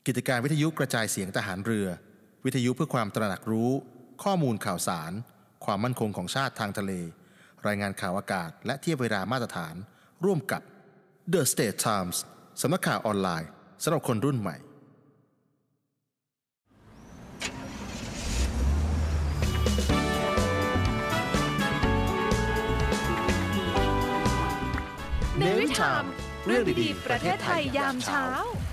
กิจการวิทยุกระจายเสียงทหารเรือวิทยุเพื่อความตระหนักรู้ข้อมูลข่าวสารความมั่นคงของชาติทางทะเลรายงานข่าวอากาศและเทียบเวลามาตรฐานร่วมกับ The State Times สำนักข่าวออนไลน์สำหรับคนรุ่นใหม่เนวิทามเรื่องดีๆประเทศไทยยามเช้า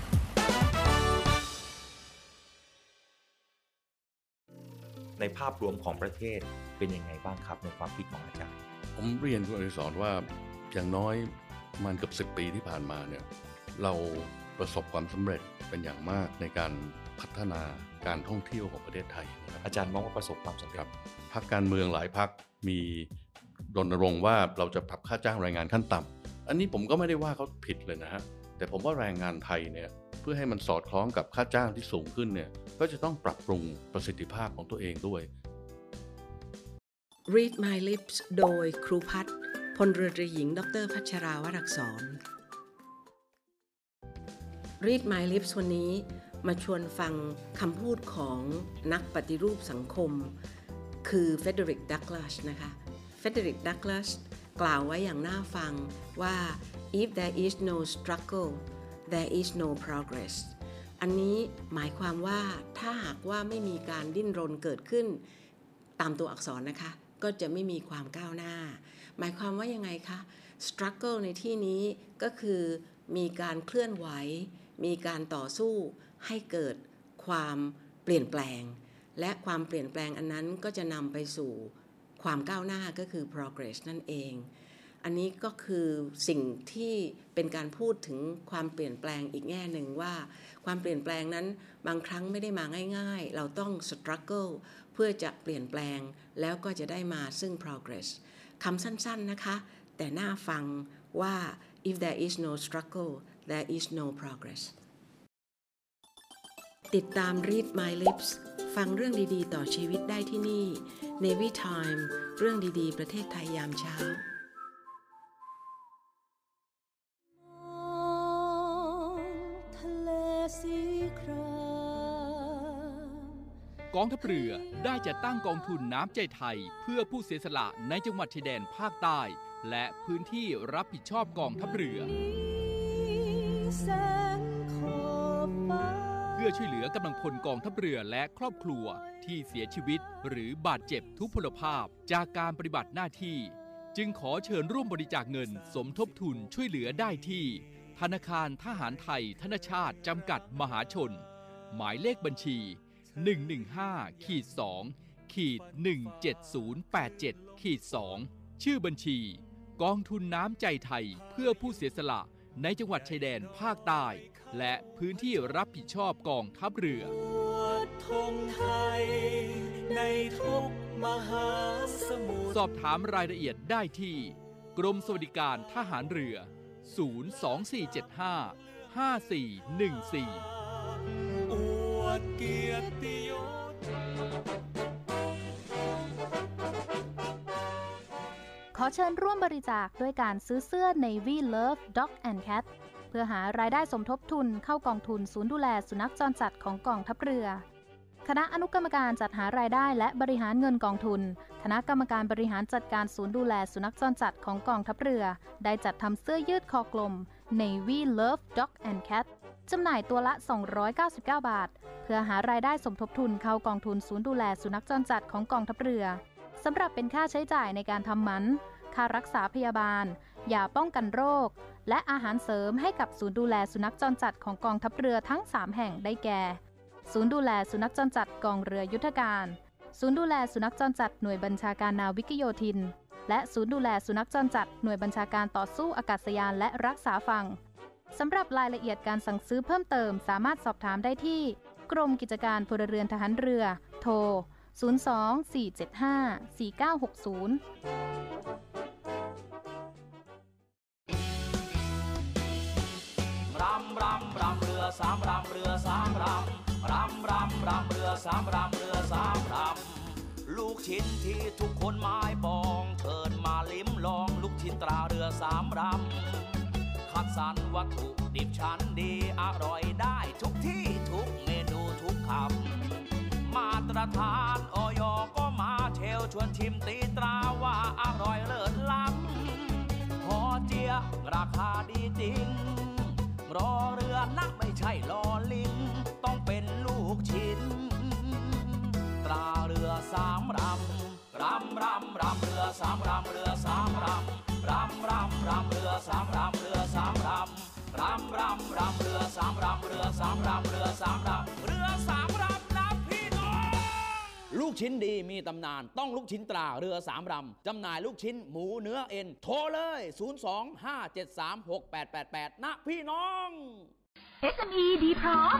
ในภาพรวมของประเทศเป็นยังไงบ้างครับในความคิดของอาจารย์ผมเรียนคุณอดิศรว่าอย่างน้อยมันเกือบ10 ปีที่ผ่านมาเนี่ยเราประสบความสำเร็จเป็นอย่างมากในการพัฒนาการท่องเที่ยวของประเทศไทยนะครับอาจารย์มองว่าประสบความสำเร็จพรรคการเมืองหลายพรรคมีรณรงค์ว่าเราจะปรับค่าจ้างแรงงานขั้นต่ำอันนี้ผมก็ไม่ได้ว่าเขาผิดเลยนะฮะแต่ผมว่าแรงงานไทยเนี่ยเพื่อให้มันสอดคล้องกับค่าจ้างที่สูงขึ้นเนี่ยก็จะต้องปรับปรุงประสิทธิภาพของตัวเองด้วย Read My Lips โดยครูพัฒน์พลเรือตรีหญิงดร.พัชราวรักษร Read My Lips วันนี้มาชวนฟังคำพูดของนักปฏิรูปสังคมคือเฟเดริก ดักลัสนะคะเฟเดริก ดักลัสกล่าวไว้อย่างน่าฟังว่า if there is no struggle there is no progress อันนี้หมายความว่าถ้าหากว่าไม่มีการดิ้นรนเกิดขึ้นตามตัวอักษรนะคะก็จะไม่มีความก้าวหน้าหมายความว่ายังไงคะ struggle ในที่นี้ก็คือมีการเคลื่อนไหวมีการต่อสู้ให้เกิดความเปลี่ยนแปลงและความเปลี่ยนแปลงอันนั้นก็จะนำไปสู่ความก้าวหน้าก็คือ progress นั่นเองอันนี้ก็คือสิ่งที่เป็นการพูดถึงความเปลี่ยนแปลงอีกแง่หนึ่งว่าความเปลี่ยนแปลงนั้นบางครั้งไม่ได้มาง่ายๆเราต้อง struggle เพื่อจะเปลี่ยนแปลงแล้วก็จะได้มาซึ่ง progress คำสั้นๆนะคะแต่น่าฟังว่า if there is no struggle there is no progress ติดตาม Read My Lips ฟังเรื่องดีๆต่อชีวิตได้ที่นี่ Navy Time เรื่องดีๆประเทศไทยยามเช้ากองทัพเรือได้จัดตั้งกองทุนน้ำใจไทยเพื่อผู้เสียสละในจังหวัดชายแดนภาคใต้และพื้นที่รับผิดชอบกองทัพเรือเพื่อช่วยเหลือกำลังพลกองทัพเรือและครอบครัวที่เสียชีวิตหรือบาดเจ็บทุพพลภาพจากการปฏิบัติหน้าที่จึงขอเชิญร่วมบริจาคเงินสมทบทุนช่วยเหลือได้ที่ธนาคารทหารไทยธนชาติจำกัดมหาชนหมายเลขบัญชี115-2-17087-2ชื่อบัญชีกองทุนน้ำใจไทยเพื่อผู้เสียสละในจังหวัดชายแดนภาคใต้และพื้นที่รับผิดชอบกองทัพเรือธงไทยในทุกมหาสมุทรสอบถามรายละเอียดได้ที่กรมสวัสดิการทหารเรือ024755414เกียรติยศขอเชิญร่วมบริจาคด้วยการซื้อเสื้อ Navy Love Dog and Cat เพื่อหารายได้สมทบทุนเข้ากองทุนศูนย์ดูแลสุนัขจรจัดของกองทัพเรือคณะอนุกรรมการจัดหารายได้และบริหารเงินกองทุนคณะกรรมการบริหารจัดการศูนย์ดูแลสุนัขจรจัดของกองทัพเรือได้จัดทำเสื้อยืดคอกลม Navy Love Dog and Cat จำหน่ายตัวละ299 บาทเพื่อหารายได้สมทบทุนเข้ากองทุนศูนย์ดูแลสุนัขจรจัดของกองทัพเรือสำหรับเป็นค่าใช้จ่ายในการทำหมันค่ารักษาพยาบาลยาป้องกันโรคและอาหารเสริมให้กับศูนย์ดูแลสุนัขจรจัดของกองทัพเรือทั้ง3แห่งได้แก่ศูนย์ดูแลสุนัขจรจัดกองเรือยุทธการศูนย์ดูแลสุนัขจรจัดหน่วยบัญชาการนาวิกโยธินและศูนย์ดูแลสุนัขจรจัดหน่วยบัญชาการต่อสู้อากาศยานและรักษาฝั่งสำหรับรายละเอียดการสั่งซื้อเพิ่มเติมสามารถสอบถามได้ที่กรมกิจการพลเรือนทหารเรือโทร024754960 รำเรือสามรำเรือสามรำรำเรือสามรำเรือสามรำลูกชิ้นที่ทุกคนหมายปองเชิญมาลิ้มลองลูกชิ้นตราเรือสามรำคัดสรรวัตถุดิบชั้นดีอร่อยได้ทุกที่ทุกฐานอย.ก็มาเชลชวนชิมตีตราว่าอร่อยเลิศล้ำพอเจียราคาดีจริงรอเรือนะไม่ใช่ลอลิงต้องเป็นลูกชิ้นตราเรือสามรำรำรำรำเรือสามรำเรือสามรำรำรำรำเรือสามรำเรือสามรำรำรำรำเรือสามรำเรือสามรำเรือสามรำเรือสามรำนะพี่น้องลูกชิ้นดีมีตำนานต้องลูกชิ้นตราเรือสามรำจำหน่ายลูกชิ้นหมูเนื้อเอ็นโทรเลย 025736888 นะพี่น้อง SME ดีพร้อม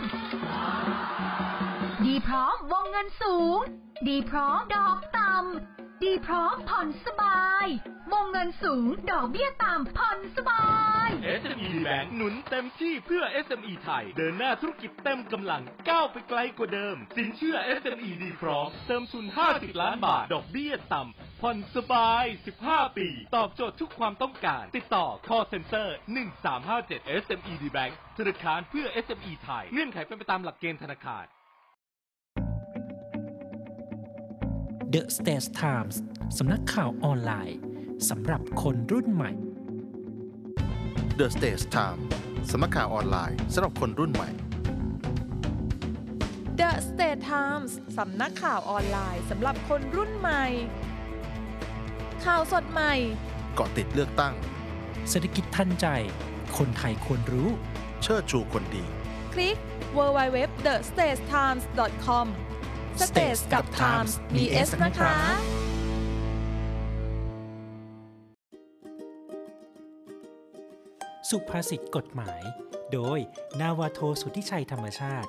ดีพร้อมวงเงินสูงดีพร้อมดอกต่ำดีพร้อมผ่อนสบายวงเงินสูงดอกเบี้ยต่ำผ่อนสบาย SME Bank หนุนเต็มที่เพื่อ SME ไทยเดินหน้าธุรกิจเต็มกำลังก้าวไปไกลกว่าเดิมสินเชื่อ SME ดีพร้อมเติมทุน50 ล้านบาทดอกเบี้ยต่ำผ่อนสบาย15 ปีตอบโจทย์ทุกความต้องการติดต่อ call center 1357 SME Bank ธนาคารเพื่อ SME ไทยเงื่อนไขเป็นไปตามหลักเกณฑ์ธนาคาร The States Times สำนักข่าวออนไลน์สำหรับคนรุ่นใหม่ The States Times สำนักข่าวออนไลน์สำหรับคนรุ่นใหม่ The States Times สำนักข่าวออนไลน์สำหรับคนรุ่นใหม่ข่าวสดใหม่เกาะติดเลือกตั้งเศรษฐกิจทันใจคนไทยควรรู้เชิดชูคนดีคลิก www.thestatestimes.com States กับ Times มี S นะคะสุภาษิตกฎหมายโดยนาวาโทสุทธิชัยธรรมชาติ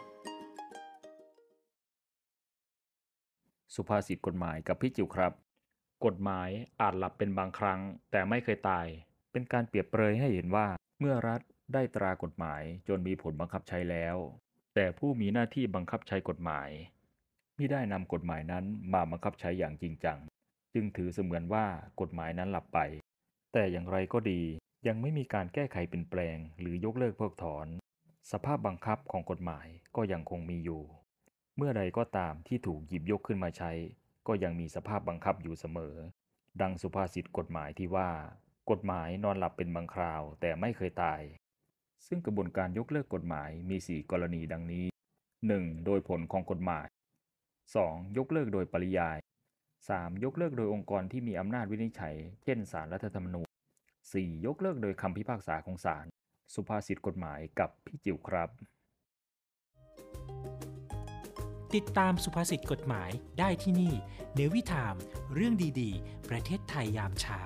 สุภาษิตกฎหมายกับพี่จิ๋วครับกฎหมายอาจหลับเป็นบางครั้งแต่ไม่เคยตายเป็นการเปรียบเปรยให้เห็นว่าเมื่อรัฐได้ตรากฎหมายจนมีผลบังคับใช้แล้วแต่ผู้มีหน้าที่บังคับใช้กฎหมายมิได้นำกฎหมายนั้นมาบังคับใช้อย่างจริงจังจึงถือเสมือนว่ากฎหมายนั้นหลับไปแต่อย่างไรก็ดียังไม่มีการแก้ไขเปลี่ยนแปลงหรือยกเลิกเพิกถอนสภาพบังคับของกฎหมายก็ยังคงมีอยู่เมื่อใดก็ตามที่ถูกหยิบยกขึ้นมาใช้ก็ยังมีสภาพบังคับอยู่เสมอดังสุภาษิตกฎหมายที่ว่ากฎหมายนอนหลับเป็นบางคราวแต่ไม่เคยตายซึ่งกระบวนการยกเลิกกฎหมายมี4กรณีดังนี้ 1. โดยผลของกฎหมาย 2. ยกเลิกโดยปริยาย 3. ยกเลิกโดยองค์กรที่มีอำนาจวินิจฉัยเช่นศาลรัฐธรรมนูญ 4. ยกเลิกโดยคำพิพากษาของศาลสุภาษิตกฎหมายกับพี่จิ๋วครับติดตามสุภาษิตกฎหมายได้ที่นี่เนวิไทม์เรื่องดีๆประเทศไทยยามเช้า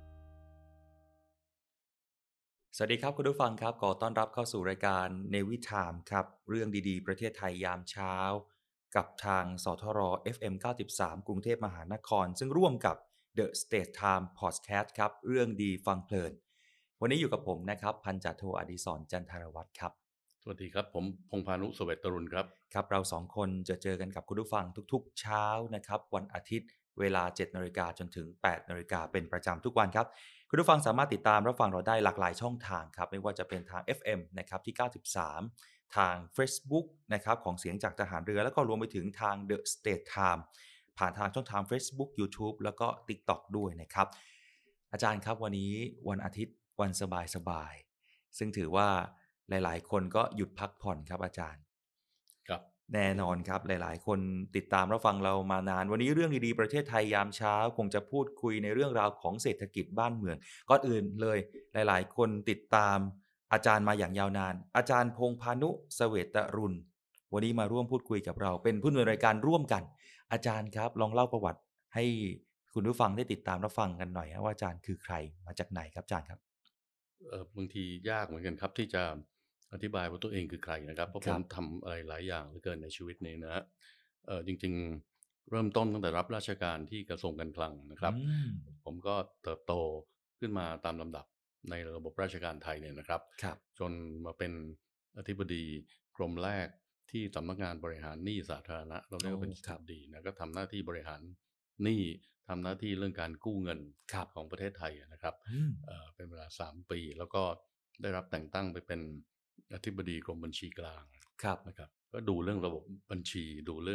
สวัสดีครับคุณผู้ฟังครับขอต้อนรับเข้าสู่รายการเนวิไทม์ครับเรื่องดีๆประเทศไทยยามเช้ากับทางสทร FM 93 กรุงเทพมหานครซึ่งร่วมกับ The States Times Podcast ครับเรื่องดีฟังเพลินวันนี้อยู่กับผมนะครับพันจ่าโทอดิศรจันทรวัฒน์ครับสวัสดีครับผมพงษ์พานุ เสวตตรุณครับครับเราสองคนจะเจอกันกับคุณผู้ฟังทุกๆเช้านะครับวันอาทิตย์เวลา 7:00 นจนถึง 8:00 นเป็นประจำทุกวันครับคุณผู้ฟังสามารถติดตามรับฟังเราได้หลากหลายช่องทางครับไม่ว่าจะเป็นทาง FM นะครับที่ 93 ทาง Facebook นะครับของเสียงจากทหารเรือแล้วก็รวมไปถึงทาง The States Times ผ่านทางช่องทาง Facebook YouTube แล้วก็ TikTok ด้วยนะครับอาจารย์ครับวันนี้วันอาทิตย์วันสบายๆซึ่งถือว่าหลายๆคนก็หยุดพักผ่อนครับอาจารย์ครับแน่นอนครับหลายๆคนติดตามรับฟังเรามานานวันนี้เรื่องดีๆประเทศไทยยามเช้าคงจะพูดคุยในเรื่องราวของเศรษฐกิจบ้านเมืองก่อนอื่นเลยหลายๆคนติดตามอาจารย์มาอย่างยาวนานอาจารย์พงษ์พานุ เสวตตรุณวันนี้มาร่วมพูดคุยกับเราเป็นผู้ดำเนินรายการร่วมกันอาจารย์ครับลองเล่าประวัติให้คุณผู้ฟังได้ติดตามรับฟังกันหน่อยว่าอาจารย์คือใครมาจากไหนครับอาจารย์ครับบางทียากเหมือนกันครับที่จะอธิบายว่าตัวเองคือใครนะครับเพราะผมทำอะไรหลายอย่างเหลือเกินในชีวิตนี้นะฮะจริงๆเริ่มต้นตั้งแต่รับราชการที่กระทรวงการคลังนะครับผมก็เติบโตขึ้นมาตามลำดับในระบบราชการไทยเนี่ยนะครับจนมาเป็นอธิบดีกรมแรกที่สำนักงานบริหารหนี้สาธารณะเราเรียกว่าเป็นอธิบดีนะก็ทำหน้าที่บริหารหนี้ทำหน้าที่เรื่องการกู้เงินของประเทศไทยนะครับเป็นเวลา3 ปีแล้วก็ได้รับแต่งตั้งไปเป็นอธิบดีกรมบัญชีกลางนะครับก็ดูเรื่องระบบบัญชีดูเรื่อง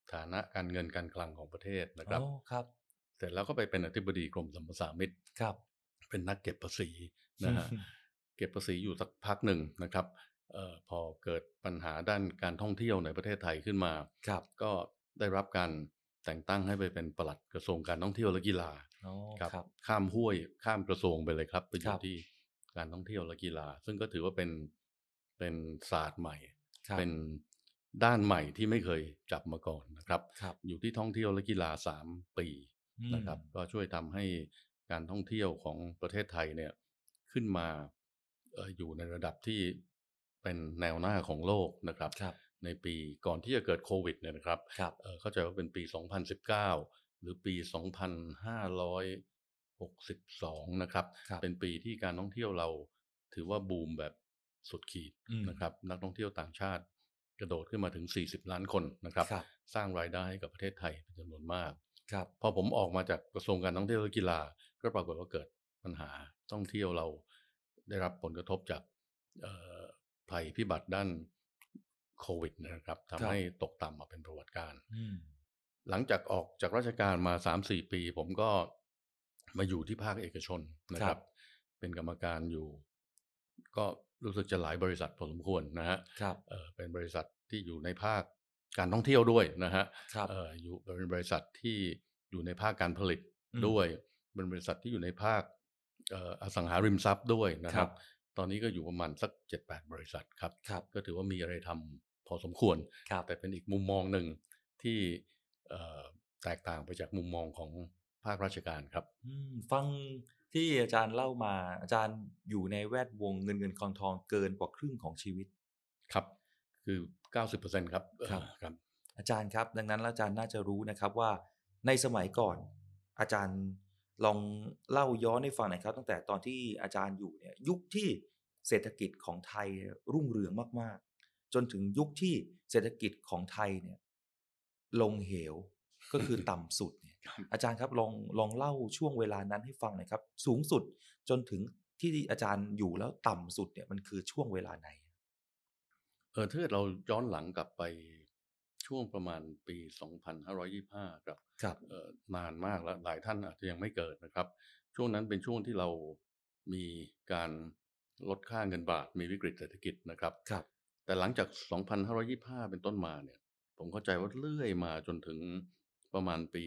ฐานะการเงินการคลังของประเทศนะครับครับเสร็จแล้วก็ไปเป็นอธิบดีกรมสรรพสามิตครับเป็นนักเก็บภาษีนะฮะ เก็บภาษีอยู่สักพักหนึ่งนะครับพอเกิดปัญหาด้านการท่องเที่ยวในประเทศไทยขึ้นมา ก็ได้รับการแต่งตั้งให้ไปเป็นปลัดกระทรวงการท่องเที่ยวและกีฬาครับข้ามห้วยข้ามกระทรวงไปเลยครับไปอยู่ที่การท่องเที่ยวและกีฬาซึ่งก็ถือว่าเป็นศาสตร์ใหม่เป็นด้านใหม่ที่ไม่เคยจับมาก่อนนะครับอยู่ที่ท่องเที่ยวและกีฬา3 ปีนะครับก็ช่วยทำให้การท่องเที่ยวของประเทศไทยเนี่ยขึ้นมาอยู่ในระดับที่เป็นแนวหน้าของโลกนะครับในปีก่อนที่จะเกิดโควิดเนี่ยนะครับเข้าใจว่าเป็นปี2019หรือปี2562นะครับเป็นปีที่การท่องเที่ยวเราถือว่าบูมแบบสุดขีดนะครับนักท่องเที่ยวต่างชาติกระโดดขึ้นมาถึง40 ล้านคนนะครับสร้างรายได้ให้กับประเทศไทยเป็นจำนวนมากพอผมออกมาจากกระทรวงการท่องเที่ยวและกีฬาก็ปรากฏว่าเกิดปัญหาท่องเที่ยวเราได้รับผลกระทบจากภัยพิบัติด้านโควิดนะครับทำให้ตกต่ำมาเป็นประวัติการหลังจากออกจากราชการมา 3-4 ปีผมก็มาอยู่ที่ภาคเอกชนนะครับเป็นกรรมการอยู่ก็รู้สึกจะหลายบริษัทพอสมควรนะฮะเป็นบริษัทที่อยู่ในภาคการท่องเที่ยวด้วยนะฮะอยู่เป็นบริษัทที่อยู่ในภาคการผลิตด้วยเป็นบริษัทที่อยู่ในภาคอสังหาริมทรัพย์ด้วยนะครับตอนนี้ก็อยู่ประมาณสัก 7-8 บริษัทครับก็ถือว่ามีอะไรทำพอสมควรแต่เป็นอีกมุมมองหนึ่งที่แตกต่างไปจากมุมมองของภาคราชการครับฟังที่อาจารย์เล่ามาอาจารย์อยู่ในแวดวงเงินทองเกินกว่าครึ่งของชีวิตครับคือ 90% ครับครับอาจารย์ครับดังนั้นอาจารย์น่าจะรู้นะครับว่าในสมัยก่อนอาจารย์ลองเล่าย้อนให้ฟังหน่อยครับตั้งแต่ตอนที่อาจารย์อยู่เนี่ยยุคที่เศรษฐกิจของไทยรุ่งเรืองมากๆจนถึงยุคที่เศรษฐกิจของไทยเนี่ยลงเหวก็คือต่ำสุดเนี่ยอาจารย์ครับลองเล่าช่วงเวลานั้นให้ฟังหน่อยครับสูงสุดจนถึงที่อาจารย์อยู่แล้วต่ำสุดเนี่ยมันคือช่วงเวลาไหนถ้าเราย้อนหลังกลับไปช่วงประมาณปี2525ครับนานมากแล้วหลายท่านอาจจะยังไม่เกิดนะครับช่วงนั้นเป็นช่วงที่เรามีการลดค่าเงินบาทมีวิกฤตเศรษฐกิจนะครับแต่หลังจาก2525เป็นต้นมาเนี่ยผมเข้าใจว่าเรื่อยมาจนถึงประมาณปี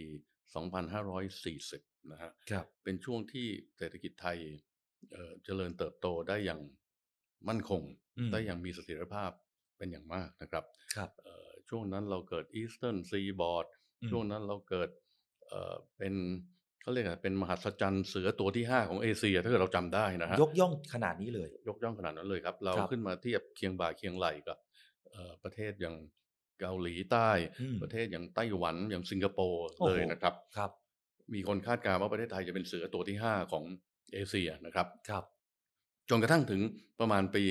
2540นะฮะเป็นช่วงที่เศรษฐกิจไทยเจริญเติบโตได้อย่างมั่นคงได้อย่างมีเสถียรภาพเป็นอย่างมากนะครับช่วงนั้นเราเกิด Eastern Seaboard ช่วงนั้นเราเกิดเป็นเขาเรียกอะไรเป็นมหัศจรรย์เสือตัวที่5ของเอเชียถ้าเกิดเราจำได้นะฮะยกย่องขนาดนี้เลยยกย่องขนาดนั้นเลยครับเราขึ้นมาเทียบเคียงบ่าเคียงไหล่กับประเทศอย่างเกาหลีใต้ประเทศอย่างไต้หวันอย่างสิงคโปร์เลยนะครับมีคนคาดการณ์ว่าประเทศไทยจะเป็นเสือตัวที่5ของเอเชียนะครับจนกระทั่งถึงประมาณปี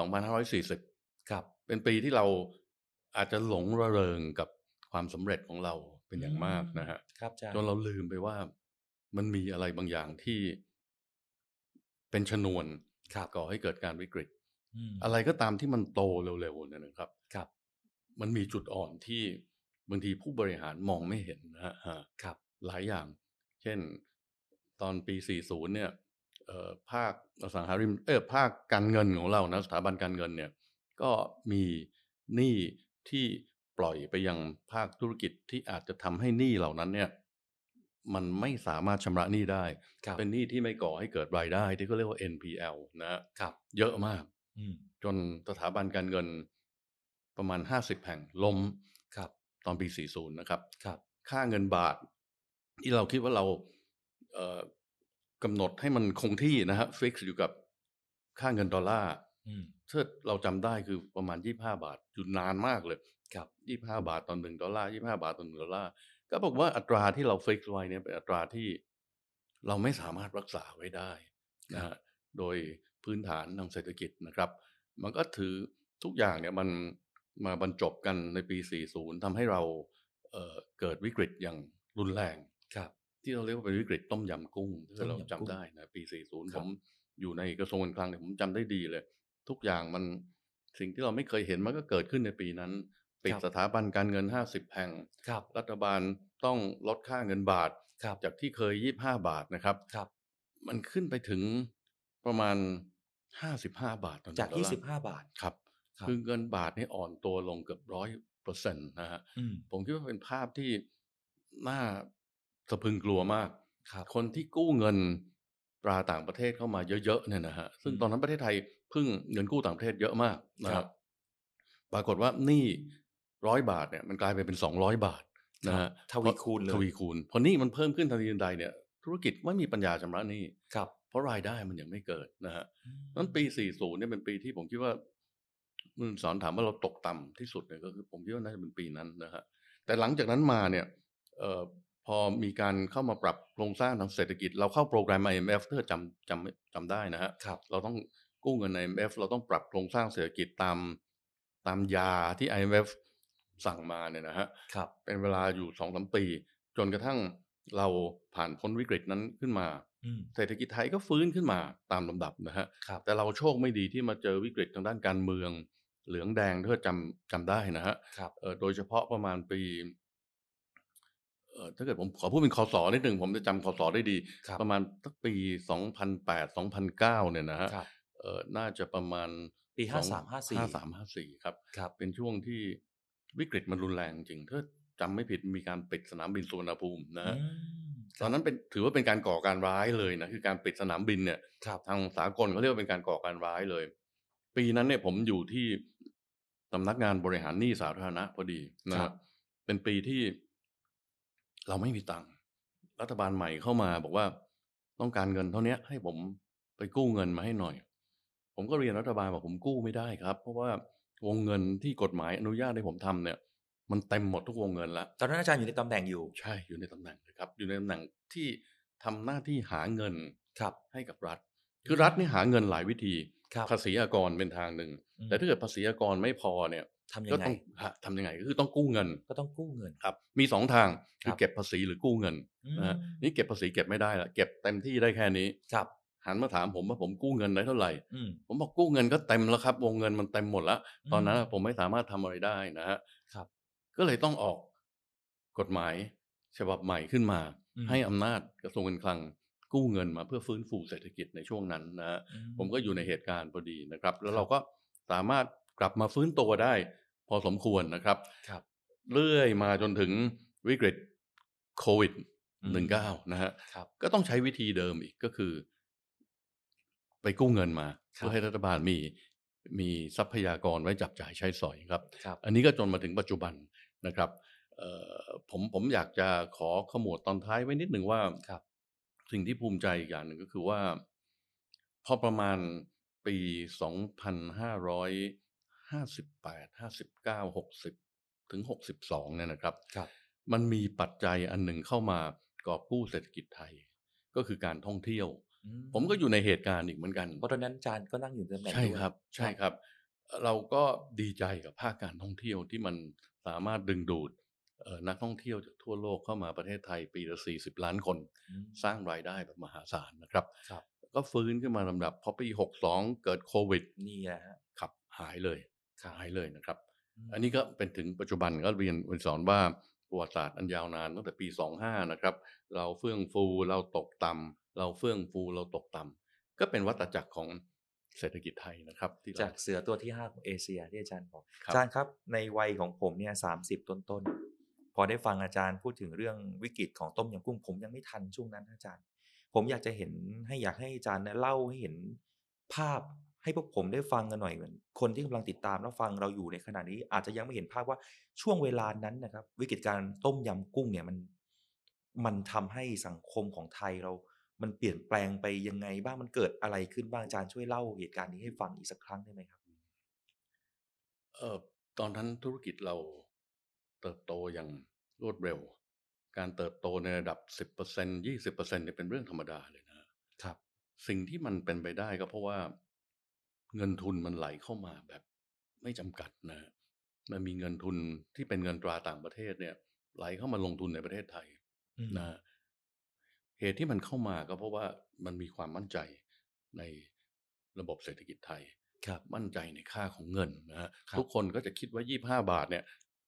2540เป็นปีที่เราอาจจะหลงระเริงกับความสำเร็จของเราเป็นอย่างมากนะฮะจนเราลืมไปว่ามันมีอะไรบางอย่างที่เป็นชนวนก่อให้เกิดการวิกฤตอะไรก็ตามที่มันโตเร็วๆเนี่ยนะครับมันมีจุดอ่อนที่บางทีผู้บริหารมองไม่เห็นนะฮะหลายอย่างเช่นตอนปี40เนี่ยภาคอสังหาริมภาคการเงินของเรานะสถาบันการเงินเนี่ยก็มีหนี้ที่ปล่อยไปยังภาคธุรกิจที่อาจจะทำให้หนี้เหล่านั้นเนี่ยมันไม่สามารถชำระหนี้ได้เป็นหนี้ที่ไม่ก่อให้เกิดรายได้ที่เขาเรียกว่า NPL นะครับเยอะมากจนสถาบันการเงินประมาณ50 แห่งล้มตอนปี40นะครับค่าเงินบาทที่เราคิดว่าเรากำหนดให้มันคงที่นะฮะฟิกซ์อยู่กับค่าเงินดอลลาร์ถ้าเราจำได้คือประมาณ25 บาทอยู่นานมากเลย25 บาทต่อ1 ดอลลาร์25 บาทต่อ1 ดอลลาร์ก็บอกว่าอัตราที่เราฟิกซ์ไว้เนี่ยเป็นอัตราที่เราไม่สามารถรักษาไว้ได้นะฮะโดยพื้นฐานทางเศรษฐกิจนะครับมันก็ถือทุกอย่างเนี่ยมันมาบรรจบกันในปี40ทำให้เราเกิดวิกฤตอย่างรุนแรงที่เราเรียกว่าเป็นวิกฤตต้มยำกุ้งที่เราจำได้นะปี40ผมอยู่ในกระทรวงการคลังเนี่ยผมจำได้ดีเลยทุกอย่างมันสิ่งที่เราไม่เคยเห็นมันก็เกิดขึ้นในปีนั้นปิดสถาบันการเงิน50แห่งรัฐบาลต้องลดค่าเงินบาทจากที่เคย25 บาทนะครับมันขึ้นไปถึงประมาณ55 บาทจาก25 บาทครับคือเงินบาทนี่อ่อนตัวลงเกือบ100%นะฮะผมคิดว่าเป็นภาพที่น่าสะพรึงกลัวมากคนที่กู้เงินตราต่างประเทศเข้ามาเยอะๆเนี่ยนะฮะซึ่งตอนนั้นประเทศไทยพึ่งเงินกู้ต่างประเทศเยอะมากนะครับปรากฏว่าหนี้100 บาทเนี่ยมันกลายไปเป็น200 บาทนะฮะทวีคูณเลยพอหนี้มันเพิ่มขึ้นทันทีทันใดเนี่ยธุรกิจไม่มีปัญญาชำระหนี้เพราะรายได้มันยังไม่เกิดนะฮะนั้นปี40เนี่ยเป็นปีที่ผมคิดว่าคุณสอนถามว่าเราตกต่ำที่สุดเนี่ยก็คือผมคิดว่าน่าจะเป็นปีนั้นนะฮะแต่หลังจากนั้นมาเนี่ยพอมีการเข้ามาปรับโครงสร้างทางเศรษฐกิจเราเข้าโปรแกรม IMF ถ้าจำได้นะฮะเราต้องกู้เงิน IMF เราต้องปรับโครงสร้างเศรษฐกิจตามยาที่ IMF สั่งมาเนี่ยนะฮะเป็นเวลาอยู่ 2-3 ปีจนกระทั่งเราผ่านพ้นวิกฤตนั้นขึ้นมาเศรษฐกิจไทยก็ฟื้นขึ้นมาตามลำดับนะฮะแต่เราโชคไม่ดีที่มาเจอวิกฤตทางด้านการเมืองเหลืองแดงถ้าจำได้นะฮะโดยเฉพาะประมาณปีถ้าเกิดผมขอพูดเป็นคศนิดหนึ่งผมจะจำคศได้ดีประมาณตั้งปี2008-2009เนี่ยนะฮะน่าจะประมาณปี53-54 ครับเป็นช่วงที่วิกฤตมันรุนแรงจริงถ้าจำไม่ผิดมีการปิดสนามบินสุวรรณภูมินะฮะตอนนั้นถือว่าเป็นการก่อการร้ายเลยนะคือการปิดสนามบินเนี่ยทางสากลเขาเรียกว่าเป็นการก่อการร้ายเลยปีนั้นเนี่ยผมอยู่ที่สำนักงานบริหารหนี้สาธารณะพอดีนะเป็นปีที่เราไม่มีตังค์รัฐบาลใหม่เข้ามาบอกว่าต้องการเงินเท่านี้ให้ผมไปกู้เงินมาให้หน่อยผมก็เรียนรัฐบาลบอกผมกู้ไม่ได้ครับเพราะว่าวงเงินที่กฎหมายอนุญาตให้ผมทำเนี่ยมันเต็มหมดทุกวงเงินแล้วตอนนั้นอาจารย์อยู่ในตำแหน่งอยู่ใช่อยู่ในตำแหน่งนะครับอยู่ในตำแหน่งที่ทำหน้าที่หาเงินให้กับรัฐคือรัฐนี่หาเงินหลายวิธีภาษีอากรเป็นทางหนึ่งแต่ถ้าเกิดภาษีอากรไม่พอเนี่ยก็ต้องทำยังไงก็คือต้องกู้เงินครับมี2 ทางคือเก็บภาษีหรือกู้เงินนะนี่เก็บภาษีเก็บไม่ได้ละเก็บเต็มที่ได้แค่นี้หันมาถามผมว่าผมกู้เงินได้เท่าไหร่ผมบอกกู้เงินก็เต็มแล้วครับวงเงินมันเต็มหมดแล้วตอนนั้นผมไม่สามารถทำอะไรได้นะฮะก็เลยต้องออกกฎหมายฉบับใหม่ขึ้นมาให้อำนาจกระทรวงการคลังกู้เงินมาเพื่อฟื้นฟูเศรษฐกิจในช่วงนั้นนะฮะผมก็อยู่ในเหตุการณ์พอดีนะครับแล้วเราก็สามารถกลับมาฟื้นตัวได้พอสมควรนะครับเรื่อยมาจนถึงวิกฤตโควิด-19 นะฮะก็ต้องใช้วิธีเดิมอีกก็คือไปกู้เงินมาเพื่อให้รัฐบาลมีทรัพยากรไว้จับจ่ายใช้สอยครับอันนี้ก็จนมาถึงปัจจุบันนะครับผมอยากจะขอขมวดตอนท้ายไว้นิดหนึ่งว่าสิ่งที่ภูมิใจอีกอย่างหนึ่งก็คือว่าพอประมาณปี2558 59 60ถึง62เนี่ยนะครับมันมีปัจจัยอันหนึ่งเข้ามากอบกู้เศรษฐกิจไทยก็คือการท่องเที่ยวผมก็อยู่ในเหตุการณ์อีกเหมือนกันเพราะตอนนั้นอาจารย์ก็นั่งอยู่ในตำแหน่งใช่ครับเราก็ดีใจกับภาคการท่องเที่ยวที่มันสามารถดึงดูดนักท่องเที่ยวจากทั่วโลกเข้ามาประเทศไทยปีละ40 ล้านคนสร้างรายได้แบบมหาศาลนะครับก็ฟื้นขึ้นมาลำดับพอปี62เกิดโควิดนี่แหละครับหายเลยนะครับอันนี้ก็เป็นถึงปัจจุบันก็เรียนสอนว่าประวัติศาสตร์อันยาวนานตั้งแต่ปี25นะครับเราเฟื่องฟูเราตกต่ำเราเฟื่องฟูเราตกต่ำก็เป็นวัฏจักรของเศรษฐกิจไทยนะครับที่จากเสือตัวที่5ของเอเชียที่อาจารย์บอกอาจารย์ครับในวัยของผมเนี่ย30ต้นพอได้ฟังอาจารย์พูดถึงเรื่องวิกฤตของต้มยำกุ้งผมยังไม่ทันช่วงนั้นอาจารย์ผมอยากจะเห็นอยากให้อาจารย์เล่าให้เห็นภาพให้พวกผมได้ฟังกันหน่อยเหมือนคนที่กำลังติดตามและฟังเราอยู่ในขณะนี้อาจจะยังไม่เห็นภาพว่าช่วงเวลานั้นนะครับวิกฤตการต้มยำกุ้งเนี่ยมันทำให้สังคมของไทยมันเปลี่ยนแปลงไปยังไงบ้างมันเกิดอะไรขึ้นบ้างอาจารย์ช่วยเล่าเหตุการณ์นี้ให้ฟังอีกสักครั้งได้ไหมครับตอนนั้นธุรกิจเราเติบโตอย่างรวดเร็วการเติบโตในระดับ 10% 20% เนี่ยเป็นเรื่องธรรมดาเลยนะครับสิ่งที่มันเป็นไปได้ก็เพราะว่าเงินทุนมันไหลเข้ามาแบบไม่จำกัดนะมันมีเงินทุนที่เป็นเงินตราต่างประเทศเนี่ยไหลเข้ามาลงทุนในประเทศไทยนะเหตุที่มันเข้ามาก็เพราะว่ามันมีความมั่นใจในระบบเศรษฐกิจไทยมั่นใจในค่าของเงินนะฮะทุกคนก็จะคิดว่า25 บาทเนี่ย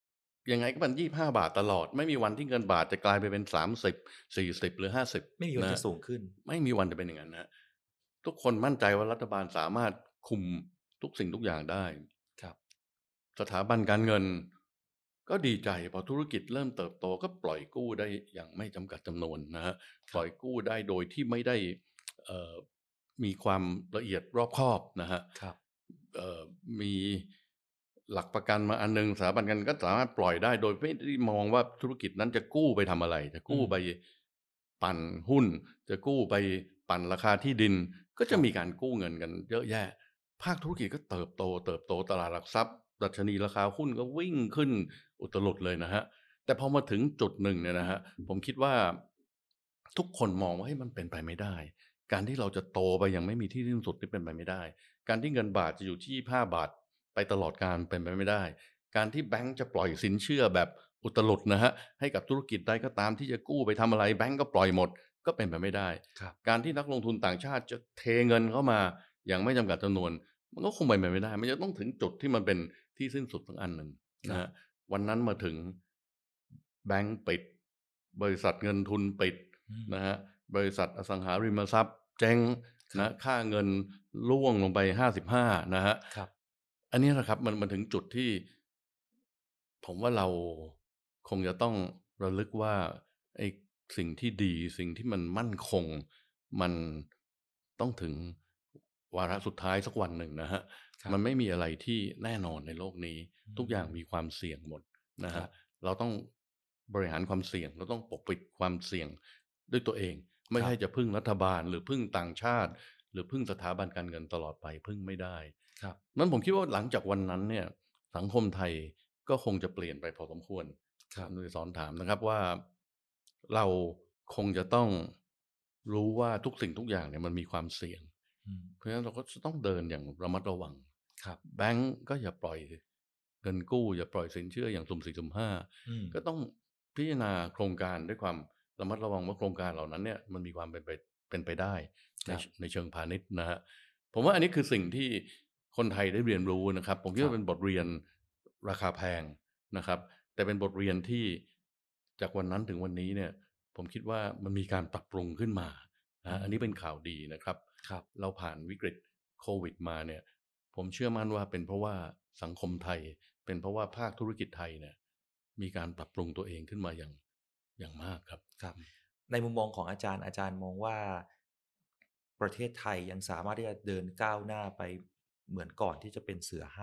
ยังไงก็เป็น25 บาทตลอดไม่มีวันที่เงินบาทจะกลายไปเป็น30 40หรือ50 ไม่มีวันจะสูงขึ้นไม่มีวันจะเป็นอย่างนั้นนะทุกคนมั่นใจว่ารัฐบาลสามารถคุมทุกสิ่งทุกอย่างได้ครับสถาบันการเงินก็ดีใจพอธุรกิจเริ่มเติบโตก็ปล่อยกู้ได้อย่างไม่จำกัดจำนวนนะฮะปล่อยกู้ได้โดยที่ไม่ได้มีความละเอียดรอบคอบนะฮะมีหลักประกันมาอันนึงสถาบันการเงินก็สามารถปล่อยได้โดยไม่ได้มองว่าธุรกิจนั้นจะกู้ไปทำอะไรจะกู้ไปปั่นหุ้นจะกู้ไปปั่นราคาที่ดินก็จะมีการกู้เงินกันเยอะแยะภาคธุรกิจก็เติบโตตลาดหลักทรัพย์ดัชนีราคาหุ้นก็วิ่งขึ้นอุตลุดเลยนะฮะแต่พอมาถึงจุดหนึ่งเนี่ยนะฮะผมคิดว่าทุกคนมองว่าให้มันเป็นไปไม่ได้การที่เราจะโตไปยังไม่มีที่สิ้นสุดนี่เป็นไปไม่ได้การที่เงินบาทจะอยู่ที่25 บาทไปตลอดการเป็นไปไม่ได้การที่แบงก์จะปล่อยสินเชื่อแบบอุตลุดนะฮะให้กับธุรกิจใดก็ตามที่จะกู้ไปทำอะไรแบงก์ก็ปล่อยหมดก็เป็นไปไม่ได้การที่นักลงทุนต่างชาติจะเทเงินเข้ามาอย่างไม่จำกัดจำนวนมันก็คงเป็นไปไม่ได้มันจะต้องถึงจุดที่มันเป็นที่สิ้นสุดทั้งอันหนึ่งนะฮะวันนั้นมาถึงแบงก์ปิดบริษัทเงินทุนปิดนะฮะบริษัทอสังหาริมทรัพย์เจ๊งนะค่าเงินร่วงลงไป55นะฮะอันนี้นะครับมันถึงจุดที่ผมว่าเราคงจะต้องระลึกว่าไอ้สิ่งที่ดีสิ่งที่มันมั่นคงมันต้องถึงวาระสุดท้ายสักวันหนึ่งนะฮะมันไม่มีอะไรที่แน่นอนในโลกนี้ทุกอย่างมีความเสี่ยงหมดนะฮะเราต้องบริหารความเสี่ยงเราต้องปกปิดความเสี่ยงด้วยตัวเองไม่ใช่จะพึ่งรัฐบาลหรือพึ่งต่างชาติหรือพึ่งสถาบันการเงินตลอดไปพึ่งไม่ได้นั้นผมคิดว่าหลังจากวันนั้นเนี่ยสังคมไทยก็คงจะเปลี่ยนไปพอสมควรโดยสอนถามนะครับว่าเราคงจะต้องรู้ว่าทุกสิ่งทุกอย่างเนี่ยมันมีความเสี่ยงเพราะฉะนั้นเราก็จะต้องเดินอย่างระมัดระวังแบงก์ก็อย่าปล่อยเงินกู้อย่าปล่อยสินเชื่ออย่างสุ่ม4สุ่ม5ก็ต้องพิจารณาโครงการด้วยความระมัดระวังว่าโครงการเหล่านั้นเนี่ยมันมีความเป็นไปได้ในเชิงพาณิชย์นะฮะผมว่าอันนี้คือสิ่งที่คนไทยได้เรียนรู้นะครับผมคิดว่าเป็นบทเรียนราคาแพงนะครับแต่เป็นบทเรียนที่จากวันนั้นถึงวันนี้เนี่ยผมคิดว่ามันมีการปรับปรุงขึ้นมาอันนี้เป็นข่าวดีนะครับเราผ่านวิกฤตโควิดมาเนี่ยผมเชื่อมั่นว่าเป็นเพราะว่าสังคมไทยเป็นเพราะว่าภาคธุรกิจไทยเนี่ยมีการปรับปรุงตัวเองขึ้นมาอย่างมากครับในมุมมองของอาจารย์มองว่าประเทศไทยยังสามารถที่จะเดินก้าวหน้าไปเหมือนก่อนที่จะเป็นเสือ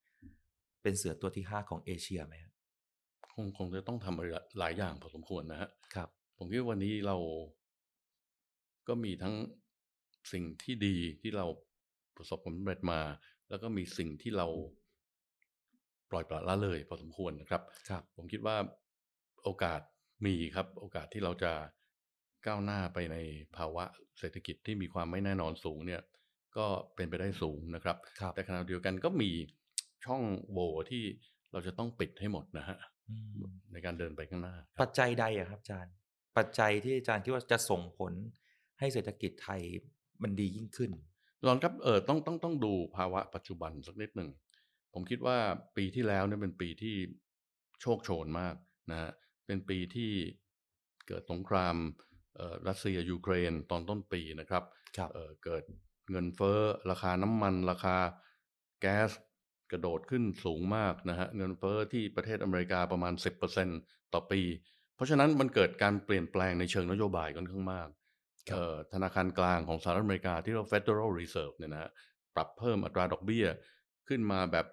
5เป็นเสือตัวที่5ของเอเชียไหมครับคงจะต้องทำอะไรหลายอย่างพอสมควรนะฮะผมคิดว่าวันนี้เราก็มีทั้งสิ่งที่ดีที่เราประสบความสำเร็จมาแล้วก็มีสิ่งที่เราปล่อยปละละเลยพอสมควรนะครับผมคิดว่าโอกาสมีครับโอกาสที่เราจะก้าวหน้าไปในภาวะเศรษฐกิจที่มีความไม่แน่นอนสูงเนี่ยก็เป็นไปได้สูงนะครับแต่ขณะเดียวกันก็มีช่องโหว่ที่เราจะต้องปิดให้หมดนะฮะในการเดินไปข้างหน้าปัจจัยใดครับอาจารย์ปัจจัยที่อาจารย์คิดว่าจะส่งผลให้เศรษฐกิจไทยมันดียิ่งขึ้นลองครับต้องดูภาวะปัจจุบันสักนิดหนึ่งผมคิดว่าปีที่แล้วเนี่ยเป็นปีที่โชคโชนมากนะฮะเป็นปีที่เกิดสงครามรัสเซียยูเครนตอนต้นปีนะครับเกิดเงินเฟ้อราคาน้ำมันราคาแก๊สกระโดดขึ้นสูงมากนะฮะเงินเฟ้อที่ประเทศอเมริกาประมาณ 10% ต่อปีเพราะฉะนั้นมันเกิดการเปลี่ยนแปลงในเชิงนโยบายค่อนข้างมากธนาคารกลางของสหรัฐอเมริกาที่เรียก Federal Reserve เนี่ยนะฮะปรับเพิ่มอัตราดอกเบี้ยขึ้นมาแบบ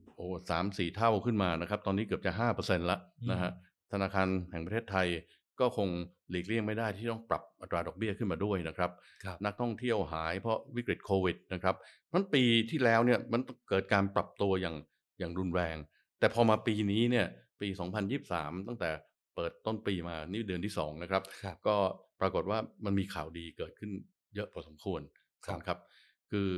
3-4 เท่าขึ้นมานะครับตอนนี้เกือบจะ 5% ละนะฮะธนาคารแห่งประเทศไทยก็คงหลีกเลี่ยงไม่ได้ที่ต้องปรับอัตราดอกเบี้ยขึ้นมาด้วยนะครับนักท่องเที่ยวหายเพราะวิกฤตโควิดนะครับเพราะปีที่แล้วเนี่ยมันเกิดการปรับตัวอย่างรุนแรงแต่พอมาปีนี้เนี่ยปี 2023 ตั้งแต่เปิดต้นปีมานี่เดือนที่2นะครับก็ปรากฏว่ามันมีข่าวดีเกิดขึ้นเยอะพอสมควรครับคือ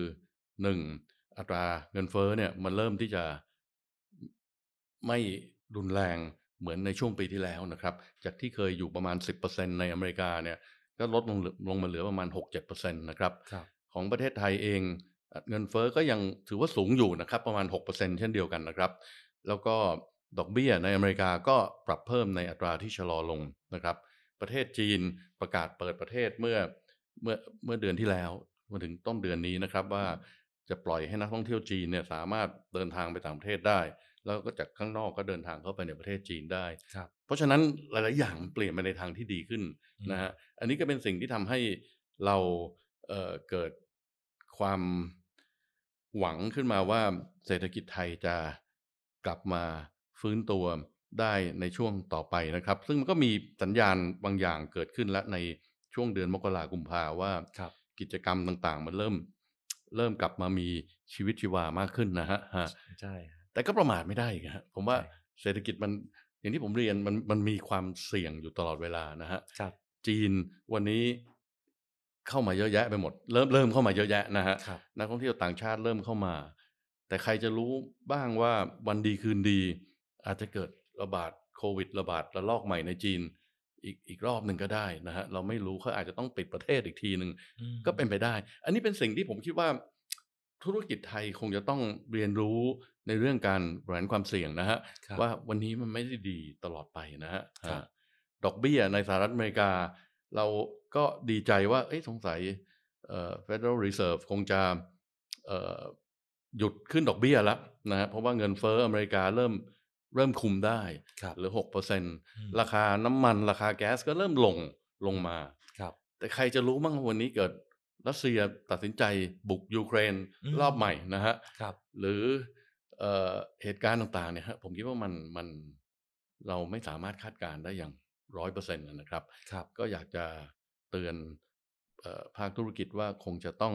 1อัตราเงินเฟ้อเนี่ยมันเริ่มที่จะไม่รุนแรงเหมือนในช่วงปีที่แล้วนะครับจากที่เคยอยู่ประมาณ 10% ในอเมริกาเนี่ยก็ลดลงมาเหลือประมาณ 6-7% นะครับของประเทศไทยเองเงินเฟ้อก็ยังถือว่าสูงอยู่นะครับประมาณ 6% เช่นเดียวกันนะครับแล้วก็ดอกเบี้ยในอเมริกาก็ปรับเพิ่มในอัตราที่ชะลอลงนะครับประเทศจีนประกาศเปิดประเทศเมื่อเดือนที่แล้วมาถึงต้นเดือนนี้นะครับว่าจะปล่อยให้นักท่องเที่ยวจีนเนี่ยสามารถเดินทางไปต่างประเทศได้แล้วก็จากข้างนอกก็เดินทางเข้าไปในประเทศจีนได้เพราะฉะนั้นหลายๆอย่างเปลี่ยนไปในทางที่ดีขึ้นนะฮะอันนี้ก็เป็นสิ่งที่ทำให้เราเกิดความหวังขึ้นมาว่าเศรษฐกิจไทยจะกลับมาฟื้นตัวได้ในช่วงต่อไปนะครับซึ่งมันก็มีสัญญาณบางอย่างเกิดขึ้นแล้วในช่วงเดือนมกราคมกุมภาว่ากิจกรรมต่างๆมันเริ่มกลับมามีชีวิตชีวามากขึ้นนะฮะใช่แต่ก็ประมาทไม่ได้ฮะผมว่าเศรษฐกิจมันอย่างที่ผมเรียนมันมีความเสี่ยงอยู่ตลอดเวลานะฮะจีนวันนี้เข้ามาเยอะแยะไปหมดเริ่มเข้ามาเยอะแยะนะฮะนักท่องเที่ยวต่างชาติเริ่มเข้ามาแต่ใครจะรู้บ้างว่าวันดีคืนดีอาจจะเกิดระบาดโควิดระบาดระลอกใหม่ในจีนอีกรอบหนึ่งก็ได้นะฮะเราไม่รู้เขาอาจจะต้องปิดประเทศอีกทีหนึ่งก็เป็นไปได้อันนี้เป็นสิ่งที่ผมคิดว่าธุรกิจไทยคงจะต้องเรียนรู้ในเรื่องการบริหารความเสี่ยงนะฮะว่าวันนี้มันไม่ได้ดีตลอดไปนะฮะดอกเบี้ยในสหรัฐอเมริกาเราก็ดีใจว่าสงสัยFederal Reserve คงจะหยุดขึ้นดอกเบี้ยแล้วนะฮะเพราะว่าเงินเฟ้ออเมริกาเริ่มคุมได้เหลือ 6% ราคาน้ำมันราคาแก๊สก็เริ่มลงมาแต่ใครจะรู้มั่งวันนี้เกิดรัสเซียตัดสินใจบุกยูเครนรอบใหม่นะฮะหรือเหตุการณ์ต่างๆเนี่ยฮะผมคิดว่ามันเราไม่สามารถคาดการณ์ได้อย่าง 100% นะครับก็อยากจะเตือนภาคธุรกิจว่าคงจะต้อง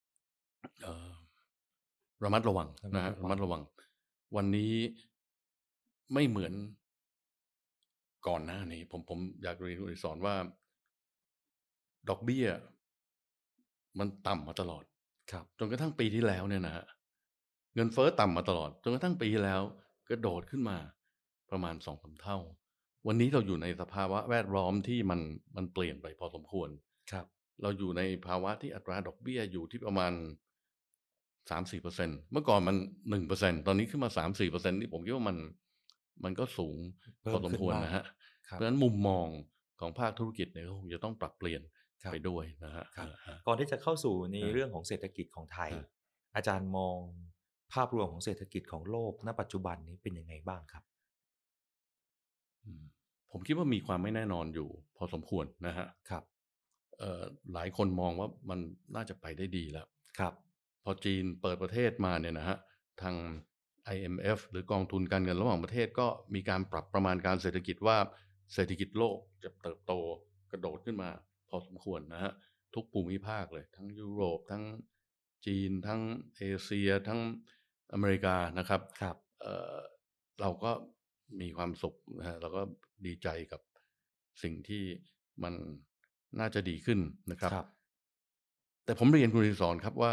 ระมัดระวังนะฮะระมัดระวังวันนี้ไม่เหมือนก่อนหน้านี้ผมอยากเรียนคุณสอนว่าดอกเบี้ยมันต่ำมาตลอดจนกระทั่งปีที่แล้วเนี่ยนะฮะเงินเฟ้อต่ำมาตลอดจนกระทั่งปีที่แล้วกระโดดขึ้นมาประมาณ 2-3 เท่าวันนี้เราอยู่ในสภาวะแวดล้อมที่มันเปลี่ยนไปพอสมควรเราอยู่ในภาวะที่อัตราดอกเบี้ยอยู่ที่ประมาณ 3-4% เมื่อก่อนมัน 1% ตอนนี้ขึ้นมา 3-4% นี่ผมคิดว่ามันก็สูงพอสมควรนะฮะเพราะฉะนั้นมุมมองของภาคธุรกิจเนี่ยคงจะต้องปรับเปลี่ยนไปด้วยนะฮะก่อนที่จะเข้าสู่ในเรื่องของเศรษฐกิจของไทยอาจารย์มองภาพรวมของเศรษฐกิจของโลกณปัจจุบันนี้เป็นยังไงบ้างครับผมคิดว่ามีความไม่แน่นอนอยู่พอสมควรนะฮะหลายคนมองว่ามันน่าจะไปได้ดีแล้วพอจีนเปิดประเทศมาเนี่ยนะฮะทาง IMF หรือกองทุนการเงินระหว่างประเทศก็มีการปรับประมาณการเศรษฐกิจว่าเศรษฐกิจโลกจะเติบโตกระโดดขึ้นมาพอสมควรนะฮะทุกภูมิภาคเลยทั้งยุโรปทั้งจีนทั้งเอเชียทั้งอเมริกานะครับเราก็มีความสุขนะฮะเราก็ดีใจกับสิ่งที่มันน่าจะดีขึ้นนะครับแต่ผมเรียนคุณสอนครับว่า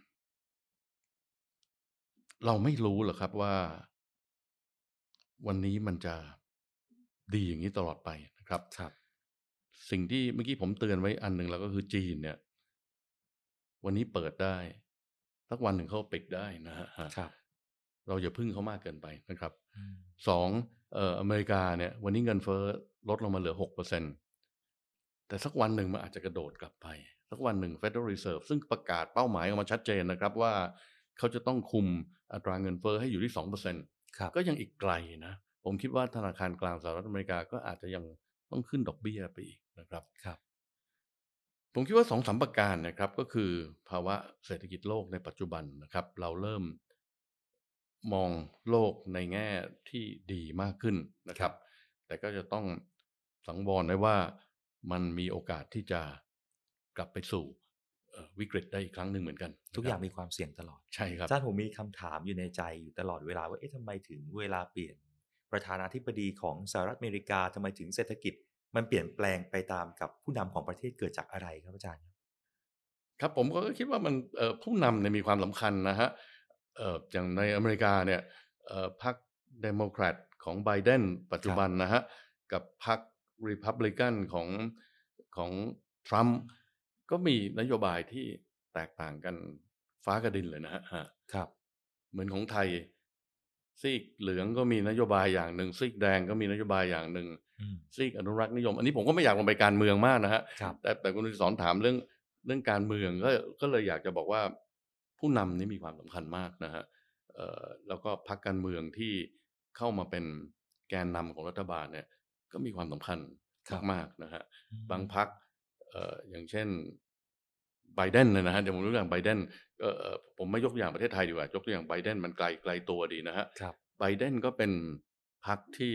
เราไม่รู้หรอกครับว่าวันนี้มันจะดีอย่างนี้ตลอดไปนะครับสิ่งที่เมื่อกี้ผมเตือนไว้อันหนึ่งแล้วก็คือจีนเนี่ยวันนี้เปิดได้สักวันหนึ่งเขาปิดได้นะฮะเราอย่าพึ่งเขามากเกินไปนะครับ2อเมริกาเนี่ยวันนี้เงินเฟ้อลดลงมาเหลือ 6% แต่สักวันหนึ่งมันอาจจะกระโดดกลับไปสักวันหนึ่ง Federal Reserve ซึ่งประกาศเป้าหมายออกมาชัดเจนนะครับว่าเขาจะต้องคุมอัตราเงินเฟ้อให้อยู่ที่ 2% ก็ยังอีกไกลนะผมคิดว่าธนาคารกลางสหรัฐอเมริกาก็อาจจะยังต้องขึ้นดอกเบี้ยไปอีกนะครับผมคิดว่า 2-3 ประการนะครับก็คือภาวะเศรษฐกิจโลกในปัจจุบันนะครับเราเริ่มมองโลกในแง่ที่ดีมากขึ้นนะครับแต่ก็จะต้องสังวรไว้ว่ามันมีโอกาสที่จะกลับไปสู่วิกฤตได้อีกครั้งหนึ่งเหมือนกันทุกอย่างมีความเสี่ยงตลอดใช่ครับอาจารย์ผมมีคำถามอยู่ในใจอยู่ตลอดเวลาว่าทำไมถึงเวลาเปลี่ยนประธานาธิบดีของสหรัฐอเมริกาทำไมถึงเศรษฐกิจมันเปลี่ยนแปลงไปตามกับผู้นำของประเทศเกิดจากอะไรครับอาจารย์ครับผมก็คิดว่ามันผู้นำเนี่ยมีความสำคัญนะฮะอย่างในอเมริกาเนี่ยพรรคเดโมแครตของไบเดนปัจจุบันนะฮะกับพรรครีพับลิกันของทรัมป์ก็มีนโยบายที่แตกต่างกันฟ้ากับดินเลยนะฮะเหมือนของไทยซีกเหลืองก็มีนโยบายอย่างหนึ่งซีกแดงก็มีนโยบายอย่างหนึ่งซีกอนุรักษ์นิยมอันนี้ผมก็ไม่อยากลงไปการเมืองมากนะฮะแต่คุณสอนถามเรื่องการเมืองก็เลยอยากจะบอกว่าผู้นำนี่มีความสำคัญมากนะฮะแล้วก็พรรคการเมืองที่เข้ามาเป็นแกนนำของรัฐบาลเนี่ยก็มีความสำคัญมากๆนะฮะบางพรรคอย่างเช่นไบเดนนะฮะเดี๋ยวผมยกตัวอย่างไบเดนผมไม่ยกตัวอย่างประเทศไทยดีกว่ายกตัวอย่างไบเดนมันไกลตัวดีนะฮะไบเดนก็เป็นพรรคที่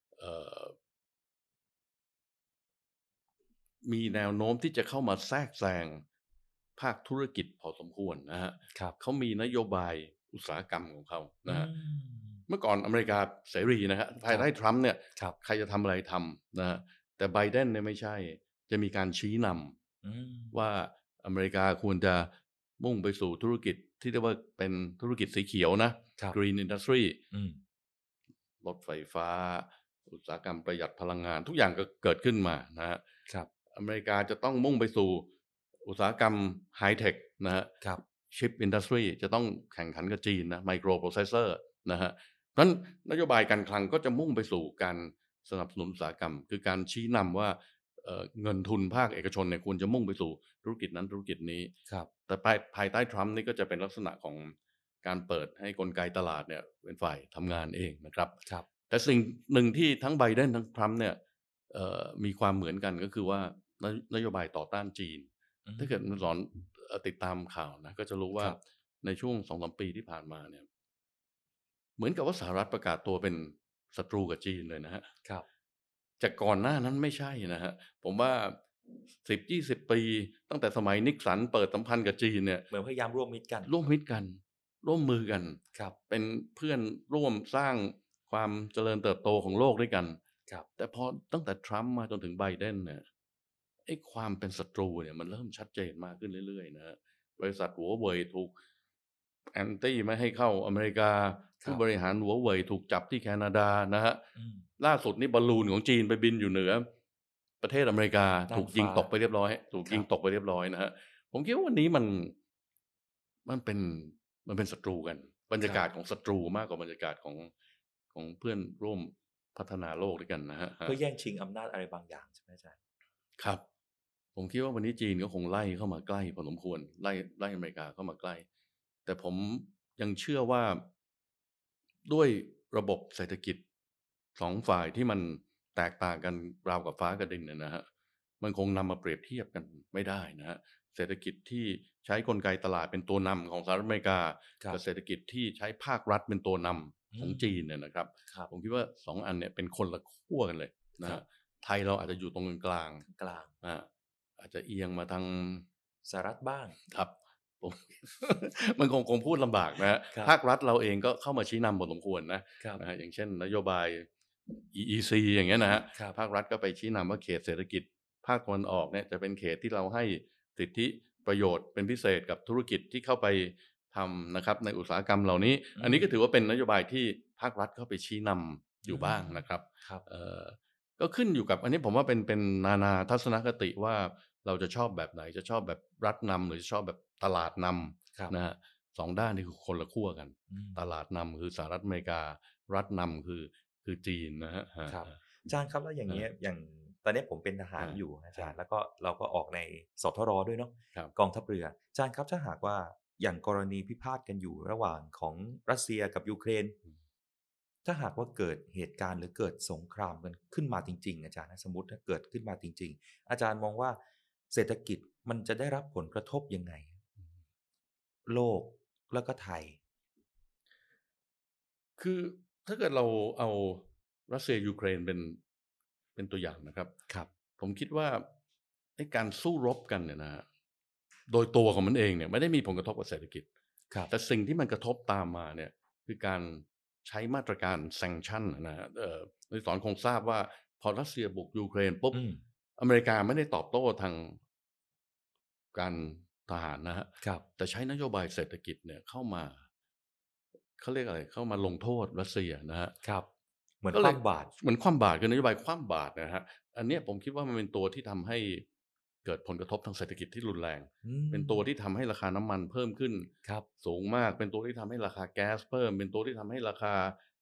มีแนวโน้มที่จะเข้ามาแทรกแซงภาคธุรกิจพอสมควรนะฮะเขามีนโยบายอุตสาหกรรมของเขานะฮะเมื่อก่อนอเมริกาเสรีนะฮะภายใต้ทรัมป์เนี่ยใครจะทำอะไรทำนะฮะแต่ไบเดนเนี่ยไม่ใช่จะมีการชี้นำว่าอเมริกาควรจะมุ่งไปสู่ธุรกิจที่เรียกว่าเป็นธุรกิจสีเขียวนะ Green Industry รถไฟฟ้าอุตสาหกรรมประหยัดพลังงานทุกอย่างก็เกิดขึ้นมานะฮะอเมริกาจะต้องมุ่งไปสู่อุตสาหกรรมไฮเทคนะฮะชิปอินดัสทรีจะต้องแข่งขันกับจีนนะไมโครโปรเซสเซอร์นะฮะเพราะฉะนั้นนโยบายการคลังก็จะมุ่งไปสู่การสนับสนุนอุตสาหกรรมคือการชี้นำว่าเงินทุนภาคเอกชนเนี่ยควรจะมุ่งไปสู่ธุรกิจนั้นธุรกิจนี้แต่ภายใต้ทรัมป์นี่ก็จะเป็นลักษณะของการเปิดให้กลไกตลาดเนี่ยเป็นฝ่ายทำงานเองนะครับแต่สิ่งหนึ่งที่ทั้งไบเดนทั้งทรัมป์เนี่ยมีความเหมือนกันก็คือว่านโยบายต่อต้านจีนถ้าเกิดสอนติดตามข่าวนะก็จะรู้ว่าในช่วง 2-3 ปีที่ผ่านมาเนี่ยเหมือนกับว่าสหรัฐประกาศตัวเป็นศัตรูกับจีนเลยนะฮะจากก่อนหน้านั้นไม่ใช่นะฮะผมว่า 10-20 ปีตั้งแต่สมัยนิกสันเปิดสัมพันธ์กับจีนเนี่ยเหมือนพยายามร่วมมิตรกันร่วมมือกันเป็นเพื่อนร่วมสร้างความเจริญเติบโตของโลกด้วยกันแต่พอตั้งแต่ทรัมป์มาจนถึงไบเดนเนี่ยไอ้ความเป็นศัตรูเนี่ยมันเริ่มชัดเจนมากขึ้นเรื่อยๆนะบริษัทหัวเว่ยถูกแอนตี้ไม่ให้เข้าอเมริกาผู้บริหารหัวเว่ยถูกจับที่แคนาดานะฮะล่าสุดนี่บอลลูนของจีนไปบินอยู่เหนือประเทศอเมริกาถูกยิงตกไปเรียบร้อยนะฮะผมคิดว่าวันนี้มันเป็นศัตรูกันบรรยากาศของศัตรูมากกว่าบรรยากาศของเพื่อนร่วมพัฒนาโลกด้วยกันนะฮะเพื่อแย่งชิงอำนาจอะไรบางอย่างใช่ไหมอาจารย์ครับผมคิดว่าวันนี้จีนก็คงไล่เข้ามาใกล้พอสมควรไล่อเมริกาเข้ามาใกล้แต่ผมยังเชื่อว่าด้วยระบบเศรษฐกิจสองฝ่ายที่มันแตกต่างกันราวกับฟ้ากับดินนะฮะมันคงนำมาเปรียบเทียบกันไม่ได้นะฮะเศรษฐกิจที่ใช้กลไกตลาดเป็นตัวนำของสหรัฐอเมริกากับเศรษฐกิจที่ใช้ภาครัฐเป็นตัวนำของจีนเนี่ยนะครับผมคิดว่า2อันเนี่ยเป็นคนละขั้วกันเลยนะฮะไทยเราอาจจะอยู่ตรงกลางอาจจะเอียงมาทางสหรัฐบ้างครับมันคงพูดลำบากนะฮะภาครัฐเราเองก็เข้ามาชี้นำพอสมควรนะฮะอย่างเช่นนโยบาย EEC อย่างเงี้ยนะฮะภาครัฐก็ไปชี้นำว่าเขตเศรษฐกิจภาคตะวันออกเนี่ยจะเป็นเขตที่เราให้สิทธิประโยชน์เป็นพิเศษกับธุรกิจที่เข้าไปทำนะครับในอุตสาหกรรมเหล่านี้อันนี้ก็ถือว่าเป็นนโยบายที่ภาครัฐเข้าไปชี้นำอยู่บ้างนะครับก็ขึ้นอยู่กับอันนี้ผมว่าเป็นนานาทัศนคติว่าเราจะชอบแบบไหนจะชอบแบบรัฐนำหรือจะชอบแบบตลาดนำนะฮะสองด้านนี่คือคนละขั้วกันตลาดนำคือสหรัฐอเมริการัฐนำคือจีนนะฮะอาจารย์ครับแล้วอย่างเงี้ยอย่างตอนนี้ผมเป็นทหารอยู่อาจารย์แล้วก็เราก็ออกในสทรด้วยเนาะกองทัพเรืออาจารย์ครับถ้าหากว่าอย่างกรณีพิพาทกันอยู่ระหว่างของรัสเซียกับยูเครนถ้าหากว่าเกิดเหตุการณ์หรือเกิดสงครามกันขึ้นมาจริงๆอาจารย์สมมติถ้าเกิดขึ้นมาจริงๆอาจารย์มองว่าเศรษฐกิจมันจะได้รับผลกระทบยังไงโลกแล้วก็ไทยคือถ้าเกิดเราเอารัสเซียยูเครนเป็นตัวอย่างนะครับผมคิดว่าการสู้รบกันเนี่ยนะโดยตัวของมันเองเนี่ยไม่ได้มีผลกระทบกับเศรษฐกิจแต่สิ่งที่มันกระทบตามมาเนี่ยคือการใช้มาตรการแซงชั่นนะฮะในสอนคงทราบว่าพอรัสเซียบุกยูเครนปุ๊บอเมริกาไม่ได้ตอบโต้ทางการทหารนะฮะแต่ใช้นโยบายเศรษฐกิจเนี่ยเข้ามาเขาเรียกอะไรเข้ามาลงโทษรัสเซียนะฮะเหมือนคว่ำบาตรคือนโยบายคว่ำบาตรนะฮะอันนี้ผมคิดว่ามันเป็นตัวที่ทำให้เกิดผลกระทบทางเศรษฐกิจที่รุนแรงเป็นตัวที่ทำให้ราคาน้ำมันเพิ่มขึ้นสูงมากเป็นตัวที่ทำให้ราคาแก๊สเพิ่มเป็นตัวที่ทำให้ราคา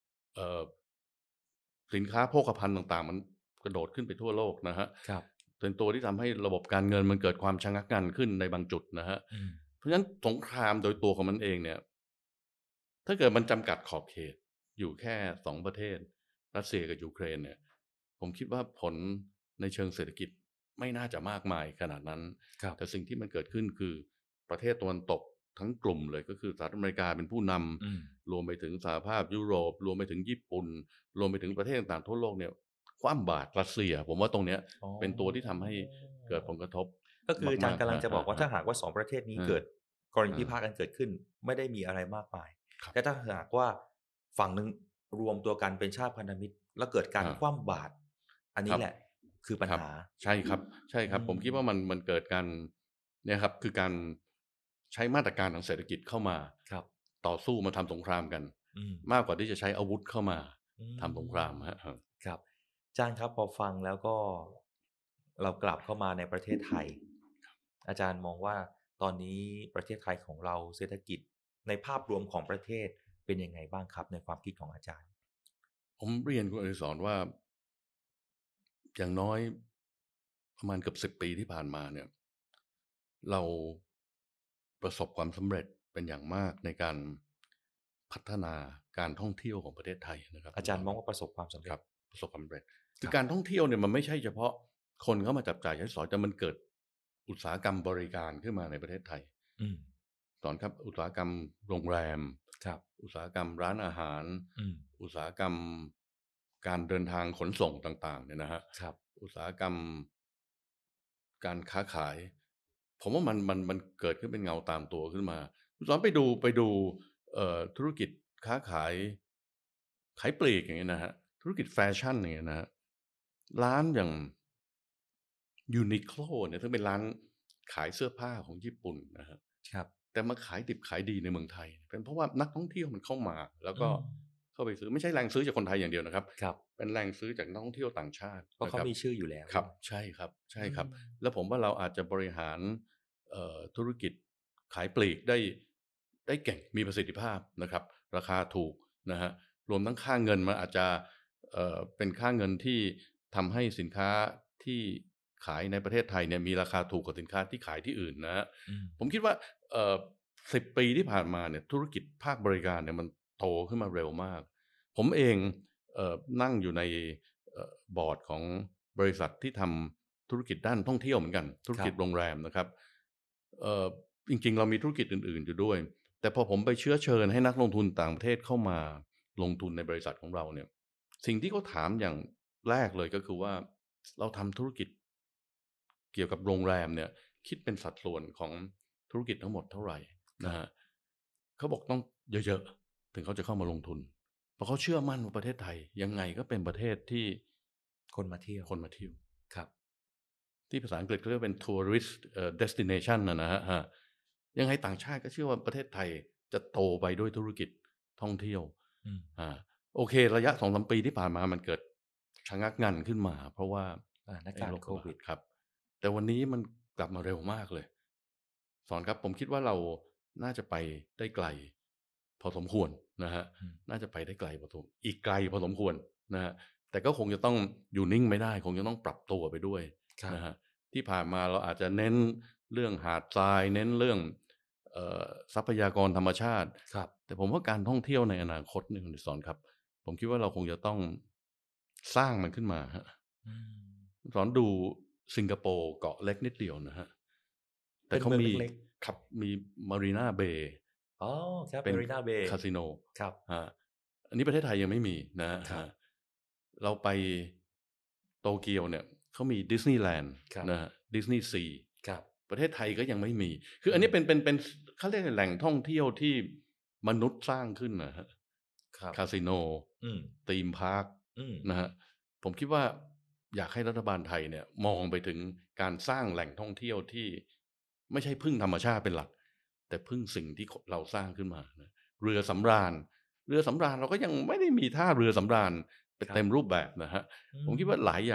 สินค้าโภคภัณฑ์ต่างๆมันกระโดดขึ้นไปทั่วโลกนะฮะเป็นตัวที่ทำให้ระบบการเงินมันเกิดความชะงักงันขึ้นในบางจุดนะฮะเพราะฉะนั้นสงครามโดยตัวของมันเองเนี่ยถ้าเกิดมันจำกัดขอบเขตอยู่แค่2ประเทศรัสเซียกับยูเครนเนี่ยผมคิดว่าผลในเชิงเศรษฐกิจไม่น่าจะมากมายขนาดนั้นแต่สิ่งที่มันเกิดขึ้นคือประเทศตะวันตกทั้งกลุ่มเลยก็คือสหรัฐอเมริกาเป็นผู้นำรวมไปถึงสหภาพยุโรปรวมไปถึงญี่ปุ่นรวมไปถึงประเทศต่างๆทั่วโลกเนี่ยคว่ำบาตรรัสเซียผมว่าตรงเนี้ยเป็นตัวที่ทำให้เกิดผลกระทบก็คืออาจารย์กำลังจะบอกว่าถ้าหากว่า2ประเทศนี้เกิดกรณีพิพาทกันเกิดขึ้นไม่ได้มีอะไรมากมายแต่ถ้าหากว่าฝั่งนึงรวมตัวกันเป็นชาติพันธมิตรแล้วเกิดการคว่ำบาตรอันนี้แหละคือปัญหาใช่ครับผมคิดว่ามันเกิดการเนี่ยครับคือการใช้มาตรการทางเศรษฐกิจเข้ามาต่อสู้มาทำสงครามกันมากกว่าที่จะใช้อาวุธเข้ามาทำสงครามครับอาจารย์ครับพอฟังแล้วก็เรากลับเข้ามาในประเทศไทยอาจารย์มองว่าตอนนี้ประเทศไทยของเราเศรษฐกิจในภาพรวมของประเทศเป็นยังไงบ้างครับในความคิดของอาจารย์ผมเรียนคุณอดิศรว่าอย่างน้อยประมาณเกือบ10 ปีที่ผ่านมาเนี่ยเราประสบความสำเร็จเป็นอย่างมากในการพัฒนาการท่องเที่ยวของประเทศไทยนะครับอาจารย์มองว่าประสบความสำเร็จประสบความสำเร็จคือการท่องเที่ยวเนี่ยมันไม่ใช่เฉพาะคนเข้ามาจับจ่ายใช้สอยแต่มันเกิดอุตสาหกรรมบริการขึ้นมาในประเทศไทยสอนครับอุตสาหกรรมโรงแรมอุตสาหกรรมร้านอาหารอุตสาหกรรมการเดินทางขนส่งต่างๆเนี่ยนะฮะอุตสาหกรรมการค้าขายผมว่ามันเกิดขึ้นเป็นเงาตามตัวขึ้นมาสอนไปดูธุรกิจค้าขายปลีกอย่างเงี้ยนะฮะธุรกิจแฟชั่นอย่างเงี้ยนะฮะร้านอย่างยูนิโคลเนี่ยซึ่งเป็นร้านขายเสื้อผ้าของญี่ปุ่นนะครับแต่มาขายดิบขายดีในเมืองไทยเป็นเพราะว่านักท่องเที่ยวมันเข้ามาแล้วก็เข้าไปซื้อไม่ใช่แรงซื้อจากคนไทยอย่างเดียวนะครับเป็นแรงซื้อจากนักท่องเที่ยวต่างชาติเพราะเขามีชื่ออยู่แล้วครับใช่ครับแล้วผมว่าเราอาจจะบริหารธุรกิจขายปลีกได้เก่งมีประสิทธิภาพนะครับราคาถูกนะฮะรวมทั้งค่าเงินมันอาจจะเป็นค่าเงินที่ทำให้สินค้าที่ขายในประเทศไทยเนี่ยมีราคาถูกกว่าสินค้าที่ขายที่อื่นนะฮะผมคิดว่า10 ปีที่ผ่านมาเนี่ยธุรกิจภาคบริการเนี่ยมันโตขึ้นมาเร็วมากผมเองนั่งอยู่ในบอร์ดของบริษัทที่ทำธุรกิจด้านท่องเที่ยวเหมือนกันธุรกิจโรงแรมนะครับจริงๆเรามีธุรกิจอื่นๆอยู่ด้วยแต่พอผมไปเชื้อเชิญให้นักลงทุนต่างประเทศเข้ามาลงทุนในบริษัทของเราเนี่ยสิ่งที่เขาถามอย่างแรกเลยก็คือว่าเราทำธุรกิจเกี่ยวกับโรงแรมเนี่ยคิดเป็นสัดส่วนของธุรกิจทั้งหมดเท่าไหร่นะฮะเขาบอกต้องเยอะๆถึงเขาจะเข้ามาลงทุนเพราะเขาเชื่อมั่นว่าประเทศไทยยังไงก็เป็นประเทศที่คนมาเที่ยวครับที่ภาษาอังกฤษเขาเรียกเป็น tourist destination นะฮะยังไงต่างชาติก็เชื่อว่าประเทศไทยจะโตไปด้วยธุรกิจท่องเที่ยวโอเคระยะ 2-3 ปีที่ผ่านมามันเกิดชะงักงันขึ้นมาเพราะว่าสถานการณ์โควิดครับแต่วันนี้มันกลับมาเร็วมากเลยสอนครับผมคิดว่าเราน่าจะไปได้ไกลพอสมควรนะฮะน่าจะไปได้ไกลพอสมอีกไกลพอสมควรนะฮะแต่ก็คงจะต้องอยู่นิ่งไม่ได้คงจะต้องปรับตัวไปด้วยนะฮะที่ผ่านมาเราอาจจะเน้นเรื่องหาดทรายเน้นเรื่องทรัพยากรธรรมชาติแต่ผมว่าการท่องเที่ยวในอนาคตนี่คุณสอนครับผมคิดว่าเราคงจะต้องสร้างมันขึ้นมาฮะสอนดูสิงคโปร์เกาะเล็กนิดเดียวนะฮะแต่เขามีครับมีมารีนาเบย์เป็นมารีนาเบย์คาสิโนครับอันนี้ประเทศไทยยังไม่มีนะฮะเราไปโตเกียวเนี่ยเขามีดิสนีย์แลนด์นะฮะดิสนีย์ซีประเทศไทยก็ยังไม่มีคืออันนี้เป็นเขาเรียกแหล่งท่องเที่ยวที่มนุษย์สร้างขึ้นนะฮะคาสิโนธีมพาร์คนะฮะผมคิดว่าอยากให้รัฐบาลไทยเนี่ยมองไปถึงการสร้างแหล่งท่องเที่ยวที่ไม่ใช่พึ่งธรรมชาติเป็นหลักแต่พึ่งสิ่งที่เราสร้างขึ้นมานะเรือสำราญเราก็ยังไม่ได้มีท่าเรือสำราญเป็นเต็มรูปแบบนะฮะผมคิดว่าหลายอย่าง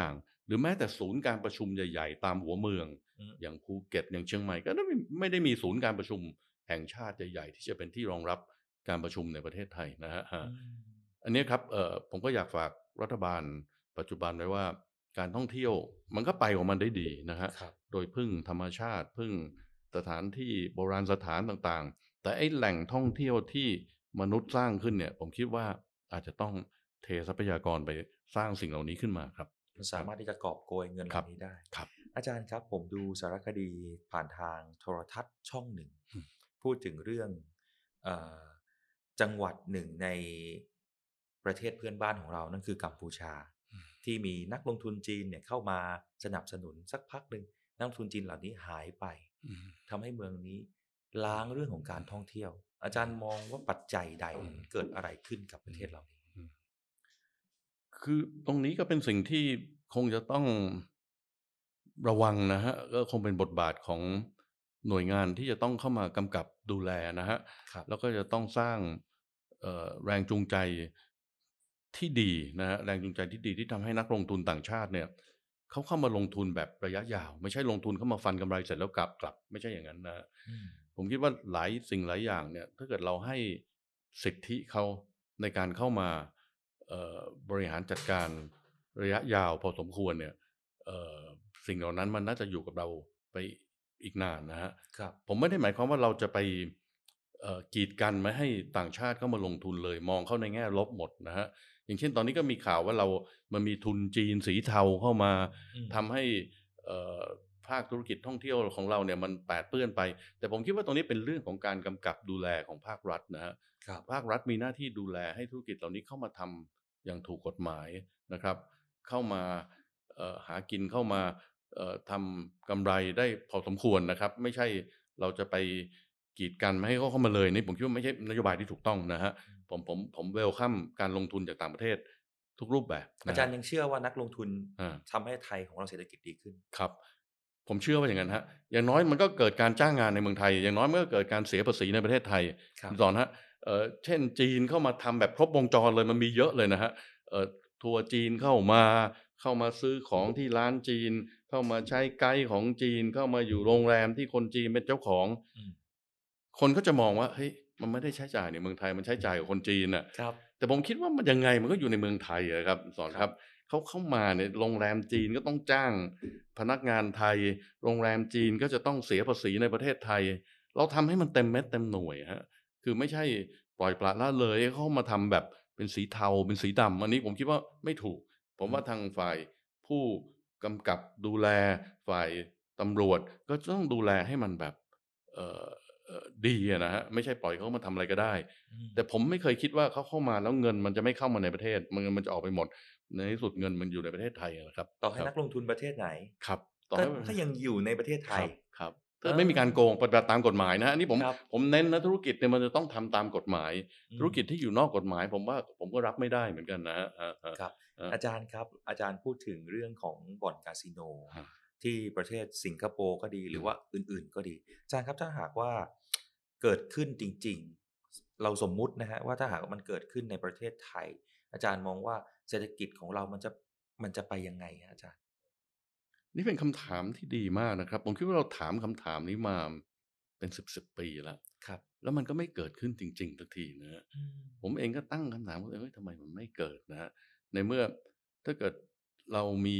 หรือแม้แต่ศูนย์การประชุมใหญ่ๆตามหัวเมืองอย่างภูเก็ตอย่างเชียงใหม่ก็ไม่ได้มีศูนย์การประชุมแห่งชาติใหญ่ๆที่จะเป็นที่รองรับการประชุมในประเทศไทยนะฮะอันนี้ครับผมก็อยากฝากรัฐบาลปัจจุบันไว้ว่าการท่องเที่ยวมันก็ไปของมันได้ดีนะฮะโดยพึ่งธรรมชาติพึ่งสถานที่โบราณสถานต่างๆแต่ไอ้แหล่งท่องเที่ยวที่มนุษย์สร้างขึ้นเนี่ยผมคิดว่าอาจจะต้องเททรัพยากรไปสร้างสิ่งเหล่านี้ขึ้นมาครับสามารถที่จะกอบโกยเงินเหล่านี้ได้ครับอาจารย์ครับผมดูสารคดีผ่านทางโทรทัศน์ช่องหนึ่งพูดถึงเรื่องจังหวัดหนึ่งในประเทศเพื่อนบ้านของเรานั่นคือกัมพูชาที่มีนักลงทุนจีนเนี่ยเข้ามาสนับสนุนสักพักหนึ่งนักลงทุนจีนเหล่านี้หายไปทำให้เมืองนี้ล้างเรื่องของการท่องเที่ยวอาจารย์มองว่าปัจจัยใดเกิดอะไรขึ้นกับประเทศเรานี้คือตรงนี้ก็เป็นสิ่งที่คงจะต้องระวังนะฮะก็คงเป็นบทบาทของหน่วยงานที่จะต้องเข้ามากำกับดูแลนะฮะแล้วก็จะต้องสร้างแรงจูงใจที่ดีนะฮะแรงจูงใจที่ดีที่ทำให้นักลงทุนต่างชาติเนี่ยเขาเข้ามาลงทุนแบบระยะยาวไม่ใช่ลงทุนเข้ามาฟันกำไรเสร็จแล้วกลับไม่ใช่อย่างนั้นนะผมคิดว่าหลายสิ่งหลายอย่างเนี่ยถ้าเกิดเราให้สิทธิเขาในการเข้ามาบริหารจัดการระยะยาวพอสมควรเนี่ยสิ่งเหล่านั้นมันน่าจะอยู่กับเราไปอีกนานนะฮะผมไม่ได้หมายความว่าเราจะไปกีดกันไม่ให้ต่างชาติเข้ามาลงทุนเลยมองเข้าในแง่ลบหมดนะฮะอย่างเช่นตอนนี้ก็มีข่าวว่ามันมีทุนจีนสีเทาเข้ามาทำให้ภาคธุรกิจท่องเที่ยวของเราเนี่ยมันแปดเปื้อนไปแต่ผมคิดว่าตรงนี้เป็นเรื่องของการกำกับดูแลของภาครัฐนะฮะภาครัฐมีหน้าที่ดูแลให้ธุรกิจเหล่านี้เข้ามาทำอย่างถูกกฎหมายนะครับเข้ามาหากินเข้ามาทำกำไรได้พอสมควรนะครับไม่ใช่เราจะไปกีดกันไม่ให้เขาเข้ามาเลยนี่ผมคิดว่าไม่ใช่นโยบายที่ถูกต้องนะฮะผมเวลคัมการลงทุนจากต่างประเทศทุกรูปแบบอาจารย์ยังเชื่อว่านักลงทุนทำให้ไทยของเราเศรษฐกิจดีขึ้นครับผมเชื่อว่าอย่างนั้นฮะอย่างน้อยมันก็เกิดการจ้างงานในเมืองไทยอย่างน้อยเมื่อเกิดการเสียภาษีในประเทศไทยตอนฮะเช่นจีนเข้ามาทำแบบครบวงจรเลยมันมีเยอะเลยนะฮะทัวร์จีนเข้ามาซื้อของที่ร้านจีนเข้ามาใช้ไกด์ของจีนเข้ามาอยู่โรงแรมที่คนจีนเป็นเจ้าของคนก็จะมองว่าเฮ้ยมันไม่ได้ใช้จ่ายในเมืองไทยมันใช้จ่ายกับคนจีนน่ะแต่ผมคิดว่ามันยังไงมันก็อยู่ในเมืองไทยครับสอนครับเขาเข้ามาเนี่ยโรงแรมจีนก็ต้องจ้างพนักงานไทยโรงแรมจีนก็จะต้องเสียภาษีในประเทศไทยเราทำให้มันเต็มเม็ดเต็มหน่วยฮะคือไม่ใช่ปล่อยปละละเลยเขามาทำแบบเป็นสีเทาเป็นสีดำอันนี้ผมคิดว่าไม่ถูกผมว่าทางฝ่ายผู้กำกับดูแลฝ่ายตำรวจก็ต้องดูแลให้มันแบบดีนะฮะไม่ใช่ปล่อยเขามาทำอะไรก็ได้แต่ผมไม่เคยคิดว่าเขาเข้ามาแล้วเงินมันจะไม่เข้ามาในประเทศเงินมันจะออกไปหมดในที่สุดเงินมันอยู่ในประเทศไทยนะครับต่อให้นักลงทุนประเทศไหนครับถ้ายังอยู่ในประเทศไทยครับถ้าไม่มีการโกงปฏิบัติตามกฎหมายนะอันนี้ผมเน้นนะธุรกิจเนี่ยมันจะต้องทำตามกฎหมายธุรกิจที่อยู่นอกกฎหมายผมก็รับไม่ได้เหมือนกันนะฮะครับอาจารย์ครับอาจารย์พูดถึงเรื่องของบ่อนคาสิโนที่ประเทศสิงคโปร์ก็ดีหรือว่าอื่นๆก็ดีอาจารย์ครับถ้าหากว่าเกิดขึ้นจริงๆเราสมมุตินะฮะว่าถ้าหากมันเกิดขึ้นในประเทศไทยอาจารย์มองว่าเศรษฐกิจของเรามันจะไปยังไงอาจารย์นี่เป็นคำถามที่ดีมากนะครับผมคิดว่าเราถามคำถามนี้มาเป็น10 ปีแล้วแล้วมันก็ไม่เกิดขึ้นจริงๆสักทีนะฮะผมเองก็ตั้งคำถามว่าเฮ้ยทำไมมันไม่เกิดนะฮะในเมื่อถ้าเกิดเรามี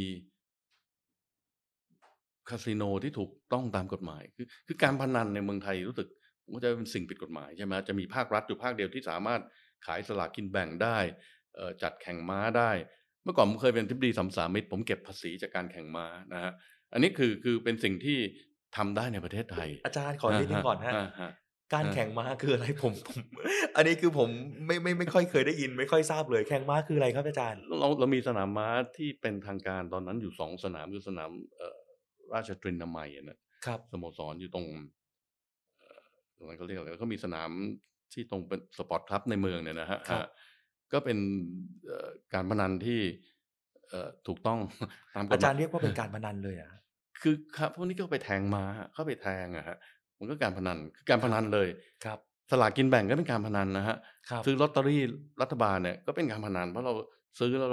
คาสิโนที่ถูกต้องตามกฎหมายคือการพนันในเมืองไทยรู้สึกว่าจะเป็นสิ่งผิดกฎหมายใช่ไหมจะมีภาครัฐอยู่ภาคเดียวที่สามารถขายสลากกินแบ่งได้จัดแข่งม้าได้เมื่อก่อนผมเคยเป็นอธิบดีสัมสามิตผมเก็บภาษีจากการแข่งม้านะฮะอันนี้คือเป็นสิ่งที่ทำได้ในประเทศไทยอาจารย์ขอนิดนึงก่อนฮะการแข่งม้าคืออะไรผมอันนี้คือผมไม่ค่อยเคยได้ยินไม่ค่อยทราบเลยแข่งม้าคืออะไรครับอาจารย์เรามีสนามม้าที่เป็นทางการตอนนั้นอยู่2 สนามคือสนามราชตรีนามัยนะครับสโมสรอยู่ตรงนั้นเขาเรียกอะไรก็มีสนามที่ตรงเป็นสปอร์ตคลับในเมืองเนี่ยนะฮะก็เป็นการพนันที่ถูกต้องตามกฎหมายอาจารย์เรียกว่าเป็นการพนันเลยอ่ะคือครับพวกนี้ก็ไปแทงม้าเข้าไปแทงอะฮะมันก็การพนันคือการพนันเลยครับสลากกินแบ่งก็เป็นการพนันนะฮะซื้อลอตเตอรี่รัฐบาลเนี่ยก็เป็นการพนันเพราะเราซื้อแล้วเรา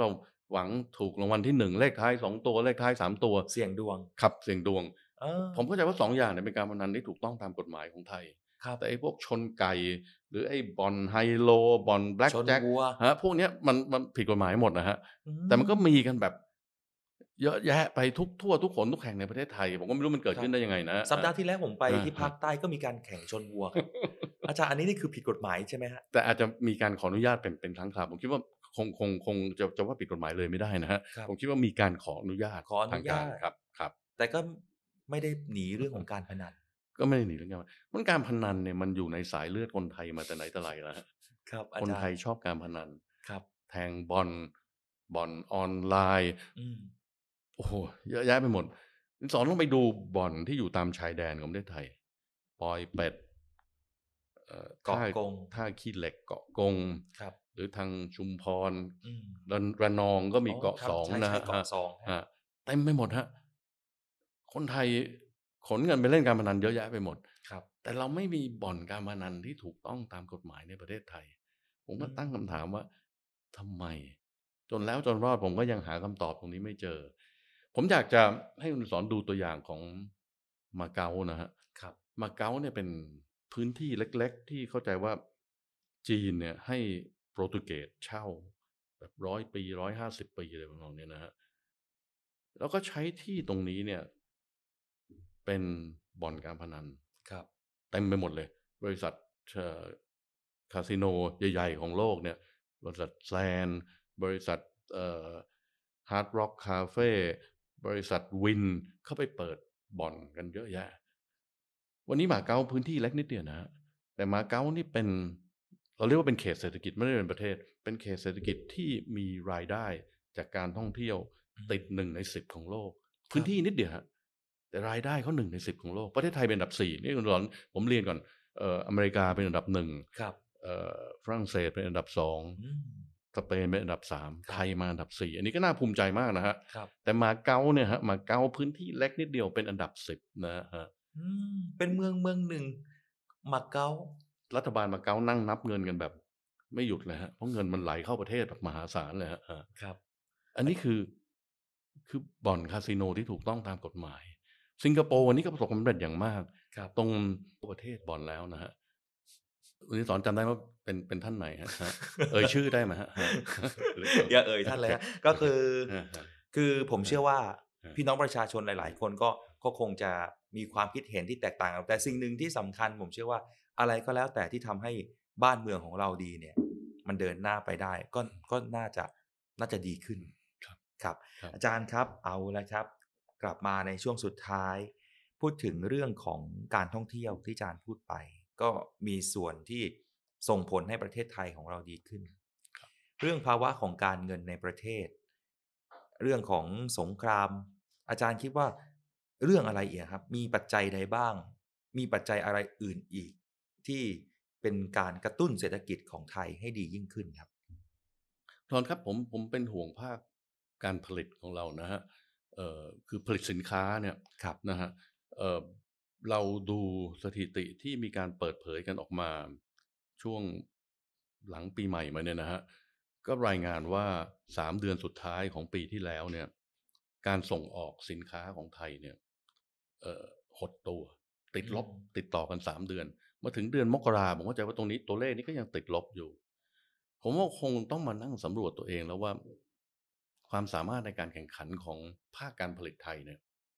หวังถูกรางวัลที่1เลขท้าย2ตัวเลขท้าย3ตัวเสี่ยงดวงครับเสี่ยงดวงผมเข้าใจว่า2อย่างเนี่ยเป็นการพนันที่ถูกต้องตามกฎหมายของไทยแต่ไอ้พวกชนไก่หรือไอ้บ่อนไฮโลบ่อนแบล็คแจ็คพวกเนี้ยมันผิดกฎหมายหมดนะฮะแต่มันก็มีกันแบบเยอะแยะไปทั่วทุกคนทุกแห่งในประเทศไทยผมก็ไม่รู้มันเกิดขึ้นได้ยังไงนะสัปดาห์ที่แล้วผมไปที่ภาคใต้ก็มีการแข่งชนวัว อาจารย์อันนี้นี่คือผิดกฎหมายใช่ไหมฮะแต่อาจจะมีการขออนุญาตเป็นครั้งคราวผมคิดว่าคงจะว่าผิดกฎหมายเลยไม่ได้นะฮะผมคิดว่ามีการขออนุญาตทางการครับแต่ก็ไม่ได้หนีเรื่องของการพนันก็ไม่ได้หนีเรื่องการพนันเนี่ยมันอยู่ในสายเลือดคนไทยมาแต่ไหนแต่ไรแล้วครับคนไทยชอบการพนันครับแทงบอลออนไลน์โอ้โหเยอะแยะไปหมดสอนต้องไปดูบ่อนที่อยู่ตามชายแดนของประเทศไทยปอยเป็ดเกาะกงท่าขี้เหล็กเกาะกงครับหรือทางชุมพรระนองก็มีเกาะ2นะฮะเต็มไปหมดฮะคนไทยขนเงินไปเล่นการพนันเยอะแยะไปหมดครับแต่เราไม่มีบ่อนการพนันที่ถูกต้องตามกฎหมายในประเทศไทยผมก็ตั้งคำถามว่าทำไมจนแล้วจนรอดผมก็ยังหาคำตอบตรงนี้ไม่เจอผมอยากจะให้คุณสอนดูตัวอย่างของมาเก๊านะฮะมาเก๊าเนี่ยเป็นพื้นที่เล็กๆที่เข้าใจว่าจีนเนี่ยให้โปรตุเกสเช่าแบบ100 ปี150 ปีอะไรประมาณนี้นะฮะแล้วก็ใช้ที่ตรงนี้เนี่ยเป็นบ่อนการพนันเต็มไปหมดเลยบริษัทคาสิโนใหญ่ๆของโลกเนี่ยบริษัทแซนบริษัทฮาร์ดร็อกคาเฟ่บริษัทวินเข้าไปเปิดบ่อนกันเยอะแยะวันนี้มาเก๊าพื้นที่เล็กนิดเดียวนะแต่มาเก๊านี่เป็นเราเรียกว่าเป็นเขตเศรษฐกิจไม่ได้เป็นประเทศเป็นเขตเศรษฐกิจที่มีรายได้จากการท่องเที่ยวติด1 ใน 10ของโลกพื้นที่นิดเดียวฮะแต่รายได้เขา1 ใน 10ของโลกประเทศไทยเป็นอันดับ4นี่คุณสอนผมเรียนก่อนอเมริกาเป็นอันดับ1 ครับฝรั่งเศสเป็นอันดับ2สเปนเป็นอันดับ3ไทยมาอันดับ4อันนี้ก็น่าภูมิใจมากนะฮะแต่มาเก๊าเนี่ยฮะมาเก๊าพื้นที่เล็กนิดเดียวเป็นอันดับ10นะฮะเป็นเมืองหนึ่งมาเก๊ารัฐบาลมาเก๊านั่งนับเงินกันแบบไม่หยุดเลยฮะเพราะเงินมันไหลเข้าประเทศแบบมหาศาลเลยฮะครับอันนี้คือบ่อนคาสิโนที่ถูกต้องตามกฎหมายสิงคโปร์วันนี้ก็ประสบความสำเร็จอย่างมากตรงประเทศบ่อนแล้วนะฮะวันนี้สอนจำได้ว่าเป็นท่านไหนฮะชื่อได้ไหมฮะอย่าท่านเลยฮะก็คือผมเชื่อว่าพี่น้องประชาชนหลายๆคนก็คงจะมีความคิดเห็นที่แตกต่างกันแต่สิ่งหนึ่งที่สำคัญผมเชื่อว่าอะไรก็แล้วแต่ที่ทำให้บ้านเมืองของเราดีเนี่ยมันเดินหน้าไปได้ก็น่าจะดีขึ้นครับอาจารย์ครับเอาละครับกลับมาในช่วงสุดท้ายพูดถึงเรื่องของการท่องเที่ยวที่อาจารย์พูดไปก็มีส่วนที่ส่งผลให้ประเทศไทยของเราดีขึ้นเรื่องภาวะของการเงินในประเทศเรื่องของสงครามอาจารย์คิดว่าเรื่องอะไรอีกครับมีปัจจัยใดบ้างมีปัจจัยอะไรอื่นอีกที่เป็นการกระตุ้นเศรษฐกิจของไทยให้ดียิ่งขึ้นครับตอนครับผมเป็นห่วงภาคการผลิตของเรานะฮะคือผลิตสินค้าเนี่ยนะฮะเราดูสถิติที่มีการเปิดเผยกันออกมาช่วงหลังปีใหม่มาเนี่ยนะฮะก็รายงานว่า3 เดือนสุดท้ายของปีที่แล้วเนี่ยการส่งออกสินค้าของไทยเนี่ยหดตัวติดลบติดต่อกัน3 เดือนมาถึงเดือนมกราผมเข้าใจว่าตรงนี้ตัวเลขนี้ก็ยังติดลบอยู่ผมว่าคงต้องมานั่งสำรวจตัวเองแล้วว่าความสามารถในการแข่งขันของภาคการผลิตไทยเนี่ย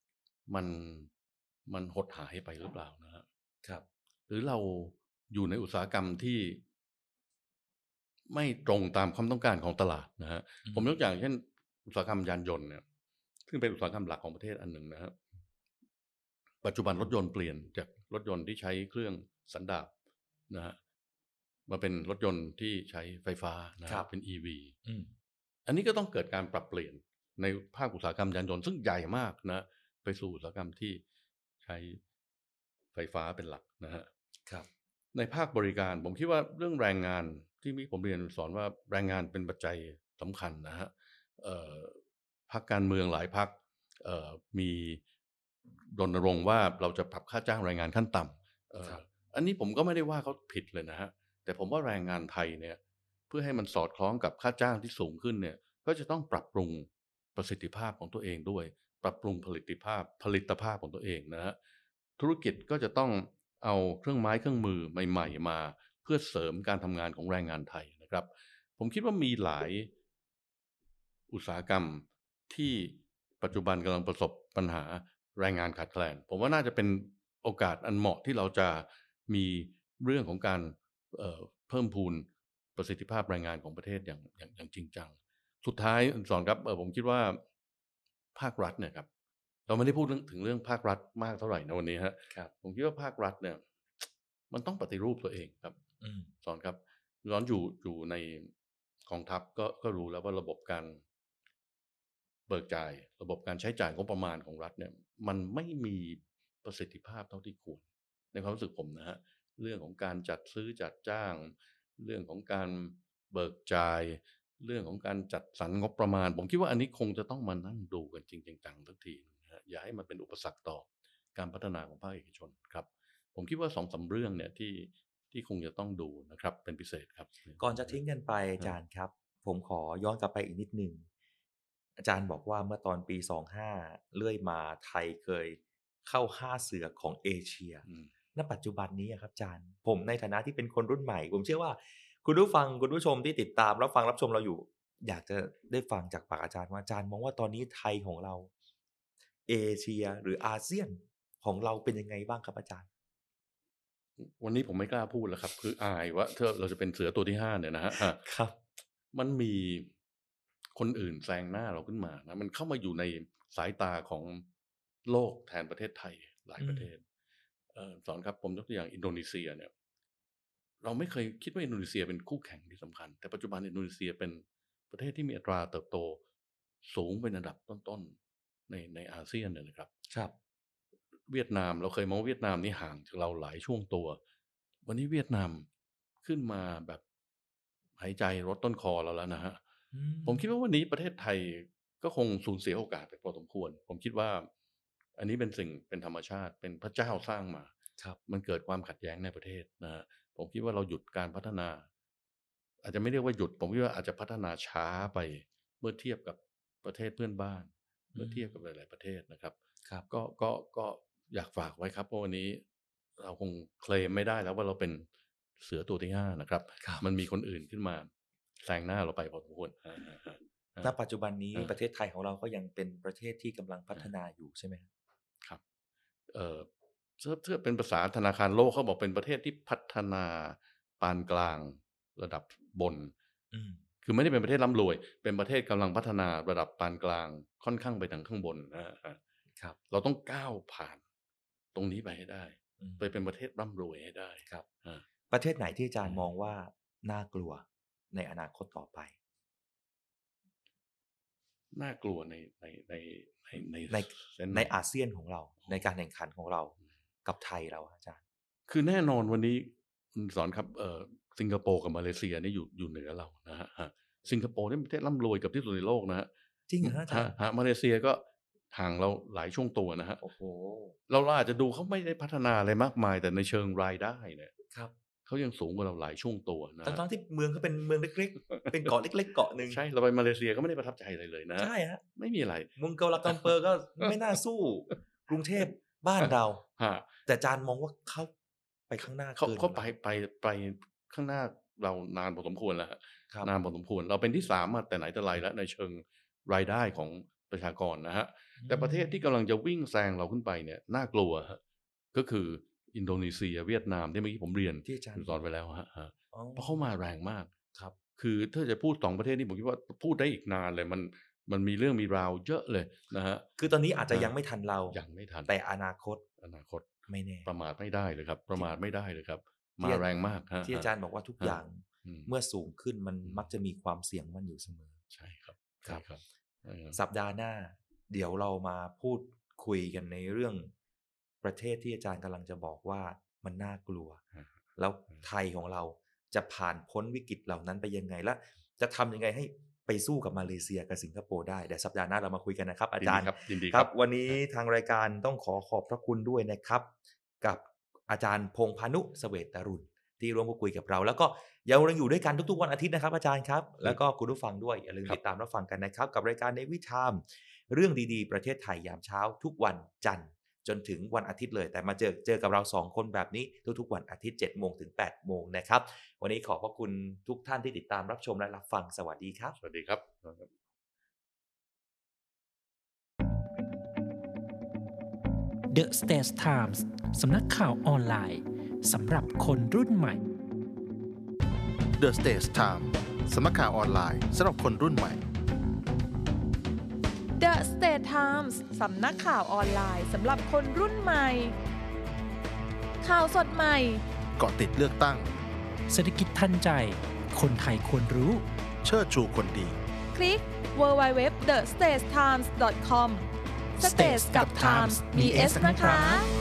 มันหดหายไปหรือเปล่านะครับหรือเราอยู่ในอุตสาหกรรมที่ไม่ตรงตามความต้องการของตลาดนะฮะผมยกอย่างเช่นอุตสาหกรรมยานยนต์เนี่ยซึ่งเป็นอุตสาหกรรมหลักของประเทศอันหนึ่งนะครับปัจจุบันรถยนต์เปลี่ยนจากรถยนต์ที่ใช้เครื่องสันดาปนะฮะมาเป็นรถยนต์ที่ใช้ไฟฟ้านะครับเป็น EV อันนี้ก็ต้องเกิดการปรับเปลี่ยนในภาคอุตสาหกรรมยานยนต์ซึ่งใหญ่มากนะไปสู่อุตสาหกรรมที่ใช้ไฟฟ้าเป็นหลักนะฮะในภาคบริการผมคิดว่าเรื่องแรงงานที่ผมเรียนสอนว่าแรงงานเป็นปัจจัยสำคัญนะฮะพรรคการเมืองหลายพรรคมีรณรงค์ว่าเราจะปรับค่าจ้างแรงงานขั้นต่ำอันนี้ผมก็ไม่ได้ว่าเขาผิดเลยนะฮะแต่ผมว่าแรงงานไทยเนี่ยเพื่อให้มันสอดคล้องกับค่าจ้างที่สูงขึ้นเนี่ยก็จะต้องปรับปรุงประสิทธิภาพของตัวเองด้วยปรับปรุงผลิตภาพของตัวเองนะฮะธุรกิจก็จะต้องเอาเครื่องไม้เครื่องมือใหม่ๆมาเพื่อเสริมการทำงานของแรงงานไทยนะครับผมคิดว่ามีหลายอุตสาหกรรมที่ปัจจุบันกำลังประสบปัญหาแรงงานขาดแคลนผมว่าน่าจะเป็นโอกาสอันเหมาะที่เราจะมีเรื่องของการเพิ่มพูนประสิทธิภาพแรงงานของประเทศอย่างจริงจังสุดท้ายสอนครับผมคิดว่าภาครัฐเนี่ยครับเราไม่ได้พูดถึงเรื่องภาครัฐมากเท่าไหร่นะวันนี้ฮะผมคิดว่าภาครัฐเนี่ยมันต้องปฏิรูปตัวเองครับสอนครับย้อนอยู่ในกองทัพก็รู้แล้วว่าระบบการเบิกจ่ายระบบการใช้จ่ายงบประมาณของรัฐเนี่ยมันไม่มีประสิทธิภาพเท่าที่ควรในความรู้สึกผมนะฮะเรื่องของการจัดซื้อจัดจ้างเรื่องของการเบิกจ่ายเรื่องของการจัดสรรงบประมาณผมคิดว่าอันนี้คงจะต้องมานั่งดูกันจริงจังสักทีนะฮะอย่าให้มันเป็นอุปสรรคต่อการพัฒนาของภาคเอกชนครับผมคิดว่า2-3เรื่องเนี่ยที่คงจะต้องดูนะครับเป็นพิเศษครับก่อนจะทิ้งกันไปอาจารย์ครับผมขอย้อนกลับไปอีกนิดนึงอาจารย์บอกว่าเมื่อตอนปี25เรื่อยมาไทยเคยเข้า5เสือของเอเชียณปัจจุบันนี้ครับอาจารย์ผมในฐานะที่เป็นคนรุ่นใหม่ผมเชื่อว่าคุณผู้ชมที่ติดตามรับชมเราอยู่อยากจะได้ฟังจากปากอาจารย์ว่าอาจารย์มองว่าตอนนี้ไทยของเราเอเชียหรืออาเซียนของเราเป็นยังไงบ้างครับอาจารย์วันนี้ผมไม่กล้าพูดแล้วครับคืออายว่าเราจะเป็นเสือตัวที่5เนี่ยนะฮะครับมันมีคนอื่นแซงหน้าเราขึ้นมานะมันเข้ามาอยู่ในสายตาของโลกแทนประเทศไทยหลายประเทศสอนครับผมยกตัวอย่างอินโดนีเซียเนี่ยเราไม่เคยคิดว่าอินโดนีเซียเป็นคู่แข่งที่สำคัญแต่ปัจจุบันอินโดนีเซียเป็นประเทศที่มีอัตราเติบโตสูงเป็นอันดับต้นๆในอาเซียนเนี่ยนะครับครับเวียดนามเราเคยมองเวียดนามนี่ห่างจากเราหลายช่วงตัววันนี้เวียดนามขึ้นมาแบบหายใจรถต้นคอเราแล้วนะฮะผมคิดว่าวันนี้ประเทศไทยก็คงสูญเสียโอกาสไปพอสมควรผมคิดว่าอันนี้เป็นธรรมชาติเป็นพระเจ้าสร้างมามันเกิดความขัดแย้งในประเทศนะฮะผมคิดว่าเราหยุดการพัฒนาอาจจะไม่เรียกว่าหยุดผมคิดว่าอาจจะพัฒนาช้าไปเมื่อเทียบกับประเทศเพื่อนบ้านเมื่อเทียบกับหลายๆประเทศนะครับก็อยากฝากไว้ครับว่าวันนี้เราคงเคลมไม่ได้แล้วว่าเราเป็นเสือตัวที่5นะครับมันมีคนอื่นขึ้นมาแซงหน้าเราไปพอสมควรณปัจจุบันนี้ประเทศไทยของเราก็ยังเป็นประเทศที่กำลังพัฒนาอยู่ใช่ไหมครับถ้าเป็นภาษาธนาคารโลกเขาบอกเป็นประเทศที่พัฒนาปานกลางระดับบนคือไม่ได้เป็นประเทศร่ำรวยเป็นประเทศกำลังพัฒนาระดับปานกลางค่อนข้างไปทางข้างบนครับเราต้องก้าวผ่านตรงนี้ไปให้ได้ไปเป็นประเทศร่ำรวยให้ได้ครับประเทศไหนที่อาจารย์มองว่าน่ากลัวในอนาคตต่อไปน่ากลัวในอาเซียนของเราในการแข่งขันของเรากับไทยเราอาจารย์คือแน่นอนวันนี้สอนครับสิงคโปร์กับมาเลเซียนี่อยู่เหนือเรานะฮะสิงคโปร์นี่เป็นประเทศร่ำรวยกับที่สุดในโลกนะฮะจริงเหรออาจารย์มาเลเซียก็ห่างเราหลายช่วงตัวนะฮะโอ้โหเราอาจจะดูเขาไม่ได้พัฒนาอะไรมากมายแต่ในเชิงรายได้เนี่ยครับเขายังสูงกว่าเราหลายช่วงตัวนะทั้งที่เมืองเขาเป็นเมืองเล็กๆเป็นเกาะเล็กๆเกาะนึงใช่เราไปมาเลเซียก็ไม่ได้ประทับใจอะไรเลยนะใช่ฮะไม่มีอะไรเมืองกัวลาลัมเปอร์ก็ไม่น่าสู้กรุงเทพบ้านเราแต่อาจารย์มองว่าเขาไปข้างหน้าเขาไปข้างหน้าเรานานพอสมควรแล้วนานพอสมควรเราเป็นที่3มาแต่ไหนแต่ไรแล้วในเชิงรายได้ของประชากรนะฮะแต่ประเทศที่กำลังจะวิ่งแซงเราขึ้นไปเนี่ยน่ากลัวก็คืออินโดนีเซียเวียดนามที่เมื่อกี้ผมเรียนที่อาจารย์สอนไปแล้วฮะเพราะเขามาแรงมากครับคือถ้าจะพูด2ประเทศนี้ผมคิดว่าพูดได้อีกนานเลยมันมีเรื่องมีราวเยอะเลยนะฮะคือตอนนี้อาจจะยังไม่ทันเรายังไม่ทันแต่อนาคตไม่แน่ประมาทไม่ได้เลยครับประมาทไม่ได้เลยครับมาแรงมากฮะที่อาจารย์บอกว่าทุกอย่างเมื่อสูงขึ้นมันมักจะมีความเสี่ยงมันอยู่เสมอใช่ครับสัปดาห์หน้าเดี๋ยวเรามาพูดคุยกันในเรื่องประเทศที่อาจารย์กำลังจะบอกว่ามันน่ากลัวแล้วไทยของเราจะผ่านพ้นวิกฤตเหล่านั้นไปยังไงและจะทำยังไงให้ไปสู้กับมาเลเซียกับสิงคโปร์ได้เดี๋ยวสัปดาห์หน้าเรามาคุยกันนะครับอาจารย์ครับวันนี้ทางรายการต้องขอบพระคุณด้วยนะครับกับอาจารย์พงษ์พานุเสวตรุณที่ร่วมพูดคุยกับเราแล้วก็ยังอยู่ด้วยกันทุกๆวันอาทิตย์นะครับอาจารย์ครับแล้วก็คุณผู้ฟังด้วยอย่าลืมติดตามรับฟังกันนะครับกับรายการในวิถีเรื่องดีๆประเทศไทยยามเช้าทุกวันจันทร์จนถึงวันอาทิตย์เลยแต่มาเจอกับเรา2คนแบบนี้ทุกๆวันอาทิตย์ 7 โมงถึง 8 โมงนะครับวันนี้ขอบพระคุณทุกท่านที่ติดตามรับชมและรับฟังสวัสดีครับสวัสดีครับ The States Times สำนักข่าวออนไลน์สำหรับคนรุ่นใหม่ The States Times สำนักข่าวออนไลน์สำหรับคนรุ่นใหม่ The States Times สำนักข่าวออนไลน์สำหรับคนรุ่นใหม่ข่าวสดใหม่เกาะติดเลือกตั้งเศรษฐกิจทันใจคนไทยควรรู้เชิดชูคนดีคลิก www.thestatestimes.com States กับ Times มี S นะคะ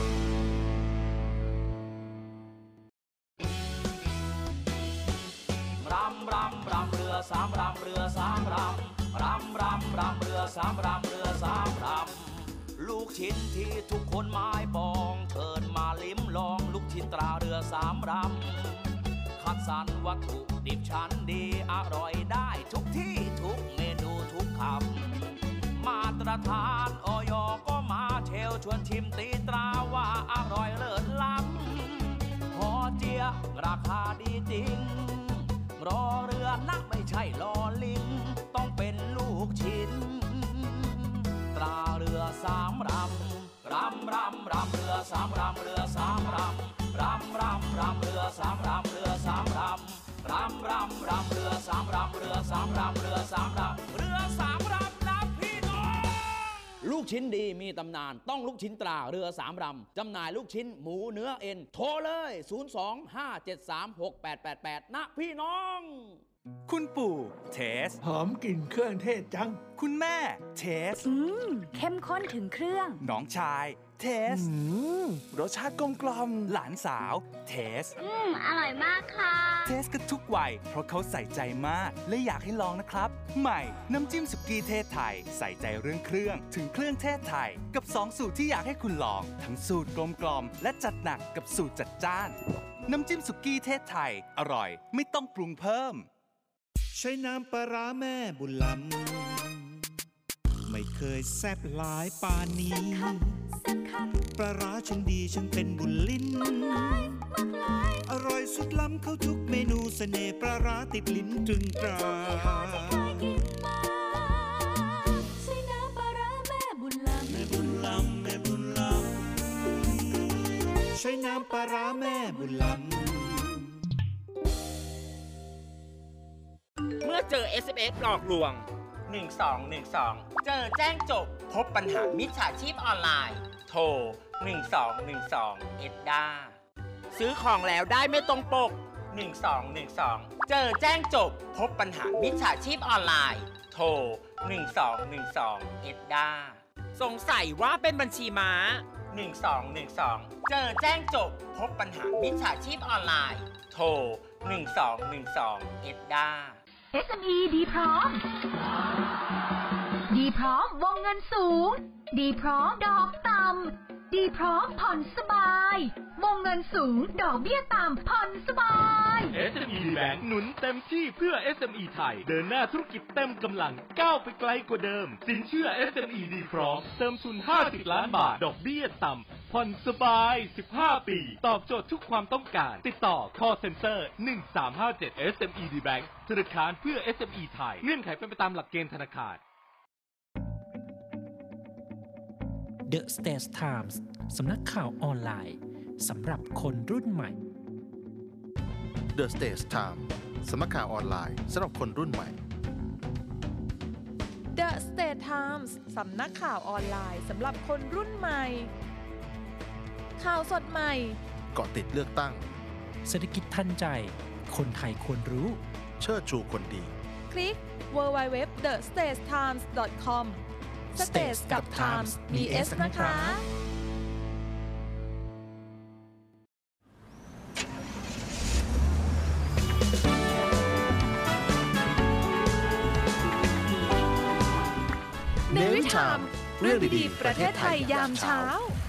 รำรำรำเรือสามรำเรือสามรำรำรำรำเรือสามรำเรือสามรำลูกชิ้นที่ทุกคนหมายปองเชิญมาลิ้มลองลูกชิ้นตราเรือสามรำคัดสรรวัตถุดิบชั้นดีอร่อยได้ทุกที่ทุกเมนูทุกคำมาตรฐานอย.ก็มาเชลชวนชิมตีตราว่าอร่อยเลิศล้ำหอเจียราคาดีจริงรอเรือนะไม่ใช่ลอลิงต้องเป็นลูกชิ้นตราเรือสามรำรำรำรำเรือสามรำเรือสามรำรำรำรำเรือสามรำเรือสามรำรำรำรำเรือสามรำเรือสามรำเรือสามรำเรือสามรำนะพี่น้องลูกชิ้นดีมีตำนานต้องลูกชิ้นตราเรือสามรำจำหน่ายลูกชิ้นหมูเนื้อเอ็นโทรเลย025736888นะพี่น้องคุณปู่เทสหอมกลิ่นเครื่องเทศจังคุณแม่เทสเข้มข้นถึงเครื่องน้องชายเทสรสชาติกลมกล่อมหลานสาวเทสอร่อยมากค่ะเทสกันทุกวัยเพราะเขาใส่ใจมากและอยากให้ลองนะครับใหม่น้ำจิ้มสุกี้เทศไทยใส่ใจเรื่องเครื่องถึงเครื่องเทศไทยกับ2สูตรที่อยากให้คุณลองทั้งสูตรกลมกล่อมและจัดหนักกับสูตรจัดจ้านน้ำจิ้มสุกี้เทศไทยอร่อยไม่ต้องปรุงเพิ่มใช้น้ำปลาร้าแม่บุญล้ำไม่เคยแซ่บหลายปานนี้ปลาร้าช่างดีช่างเป็นบุญลิ้นอร่อยสุดล้ำเข้าทุกเมนูเสน่ห์ปลาร้าติดลิ้นตรึงตราใช้น้ำปลาร้าแม่บุญล้ำแม่บุญล้ำแม่บุญล้ำใช้น้ำปลาร้าแม่บุญล้ำเมื่อเจอ SMS หลอกลวง1212เจอแจ้งจบพบปัญหามิจฉาชีพออนไลน์โทร1212เอ็ดด้าซื้อของแล้วได้ไม่ตรงปก1212เจอแจ้งจบพบปัญหามิจฉาชีพออนไลน์โทร1212เอ็ดด้าสงสัยว่าเป็นบัญชีม้า1212เจอแจ้งจบพบปัญหามิจฉาชีพออนไลน์โทร1212เอ็ดด้า SME ดีพร้อมดีพร้อมวงเงินสูงดีพร้อมดอกต่ำดีพร้อมผ่อนสบายวงเงินสูงดอกเบี้ยต่ำผ่อนสบาย SME Bank หนุนเต็มที่เพื่อ SME ไทยเดินหน้าธุรกิจเต็มกำลังก้าวไปไกลกว่าเดิมสินเชื่อ SME ดีพร้อมเติมทุน50 ล้านบาทดอกเบี้ยต่ำผ่อนสบาย15 ปีตอบโจทย์ทุกความต้องการติดต่อ call center 1357 SME Bank ธนาคารเพื่อ SME ไทยเงื่อนไขเป็นไปตามหลักเกณฑ์ธนาคาร The States Times สำนักข่าวออนไลน์สำหรับคนรุ่นใหม่ The States Times สำนักข่าวออนไลน์สำหรับคนรุ่นใหม่ The States Times สำนักข่าวออนไลน์สำหรับคนรุ่นใหม่ข่าวสดใหม่เกาะติดเลือกตั้งเศรษฐกิจทันใจคนไทยควรรู้เชิดชูคนดีคลิก www.thestatestimes.com States กับ Times มี S นะคะเนวิทามเรื่องดีๆประเทศไทยยามเช้า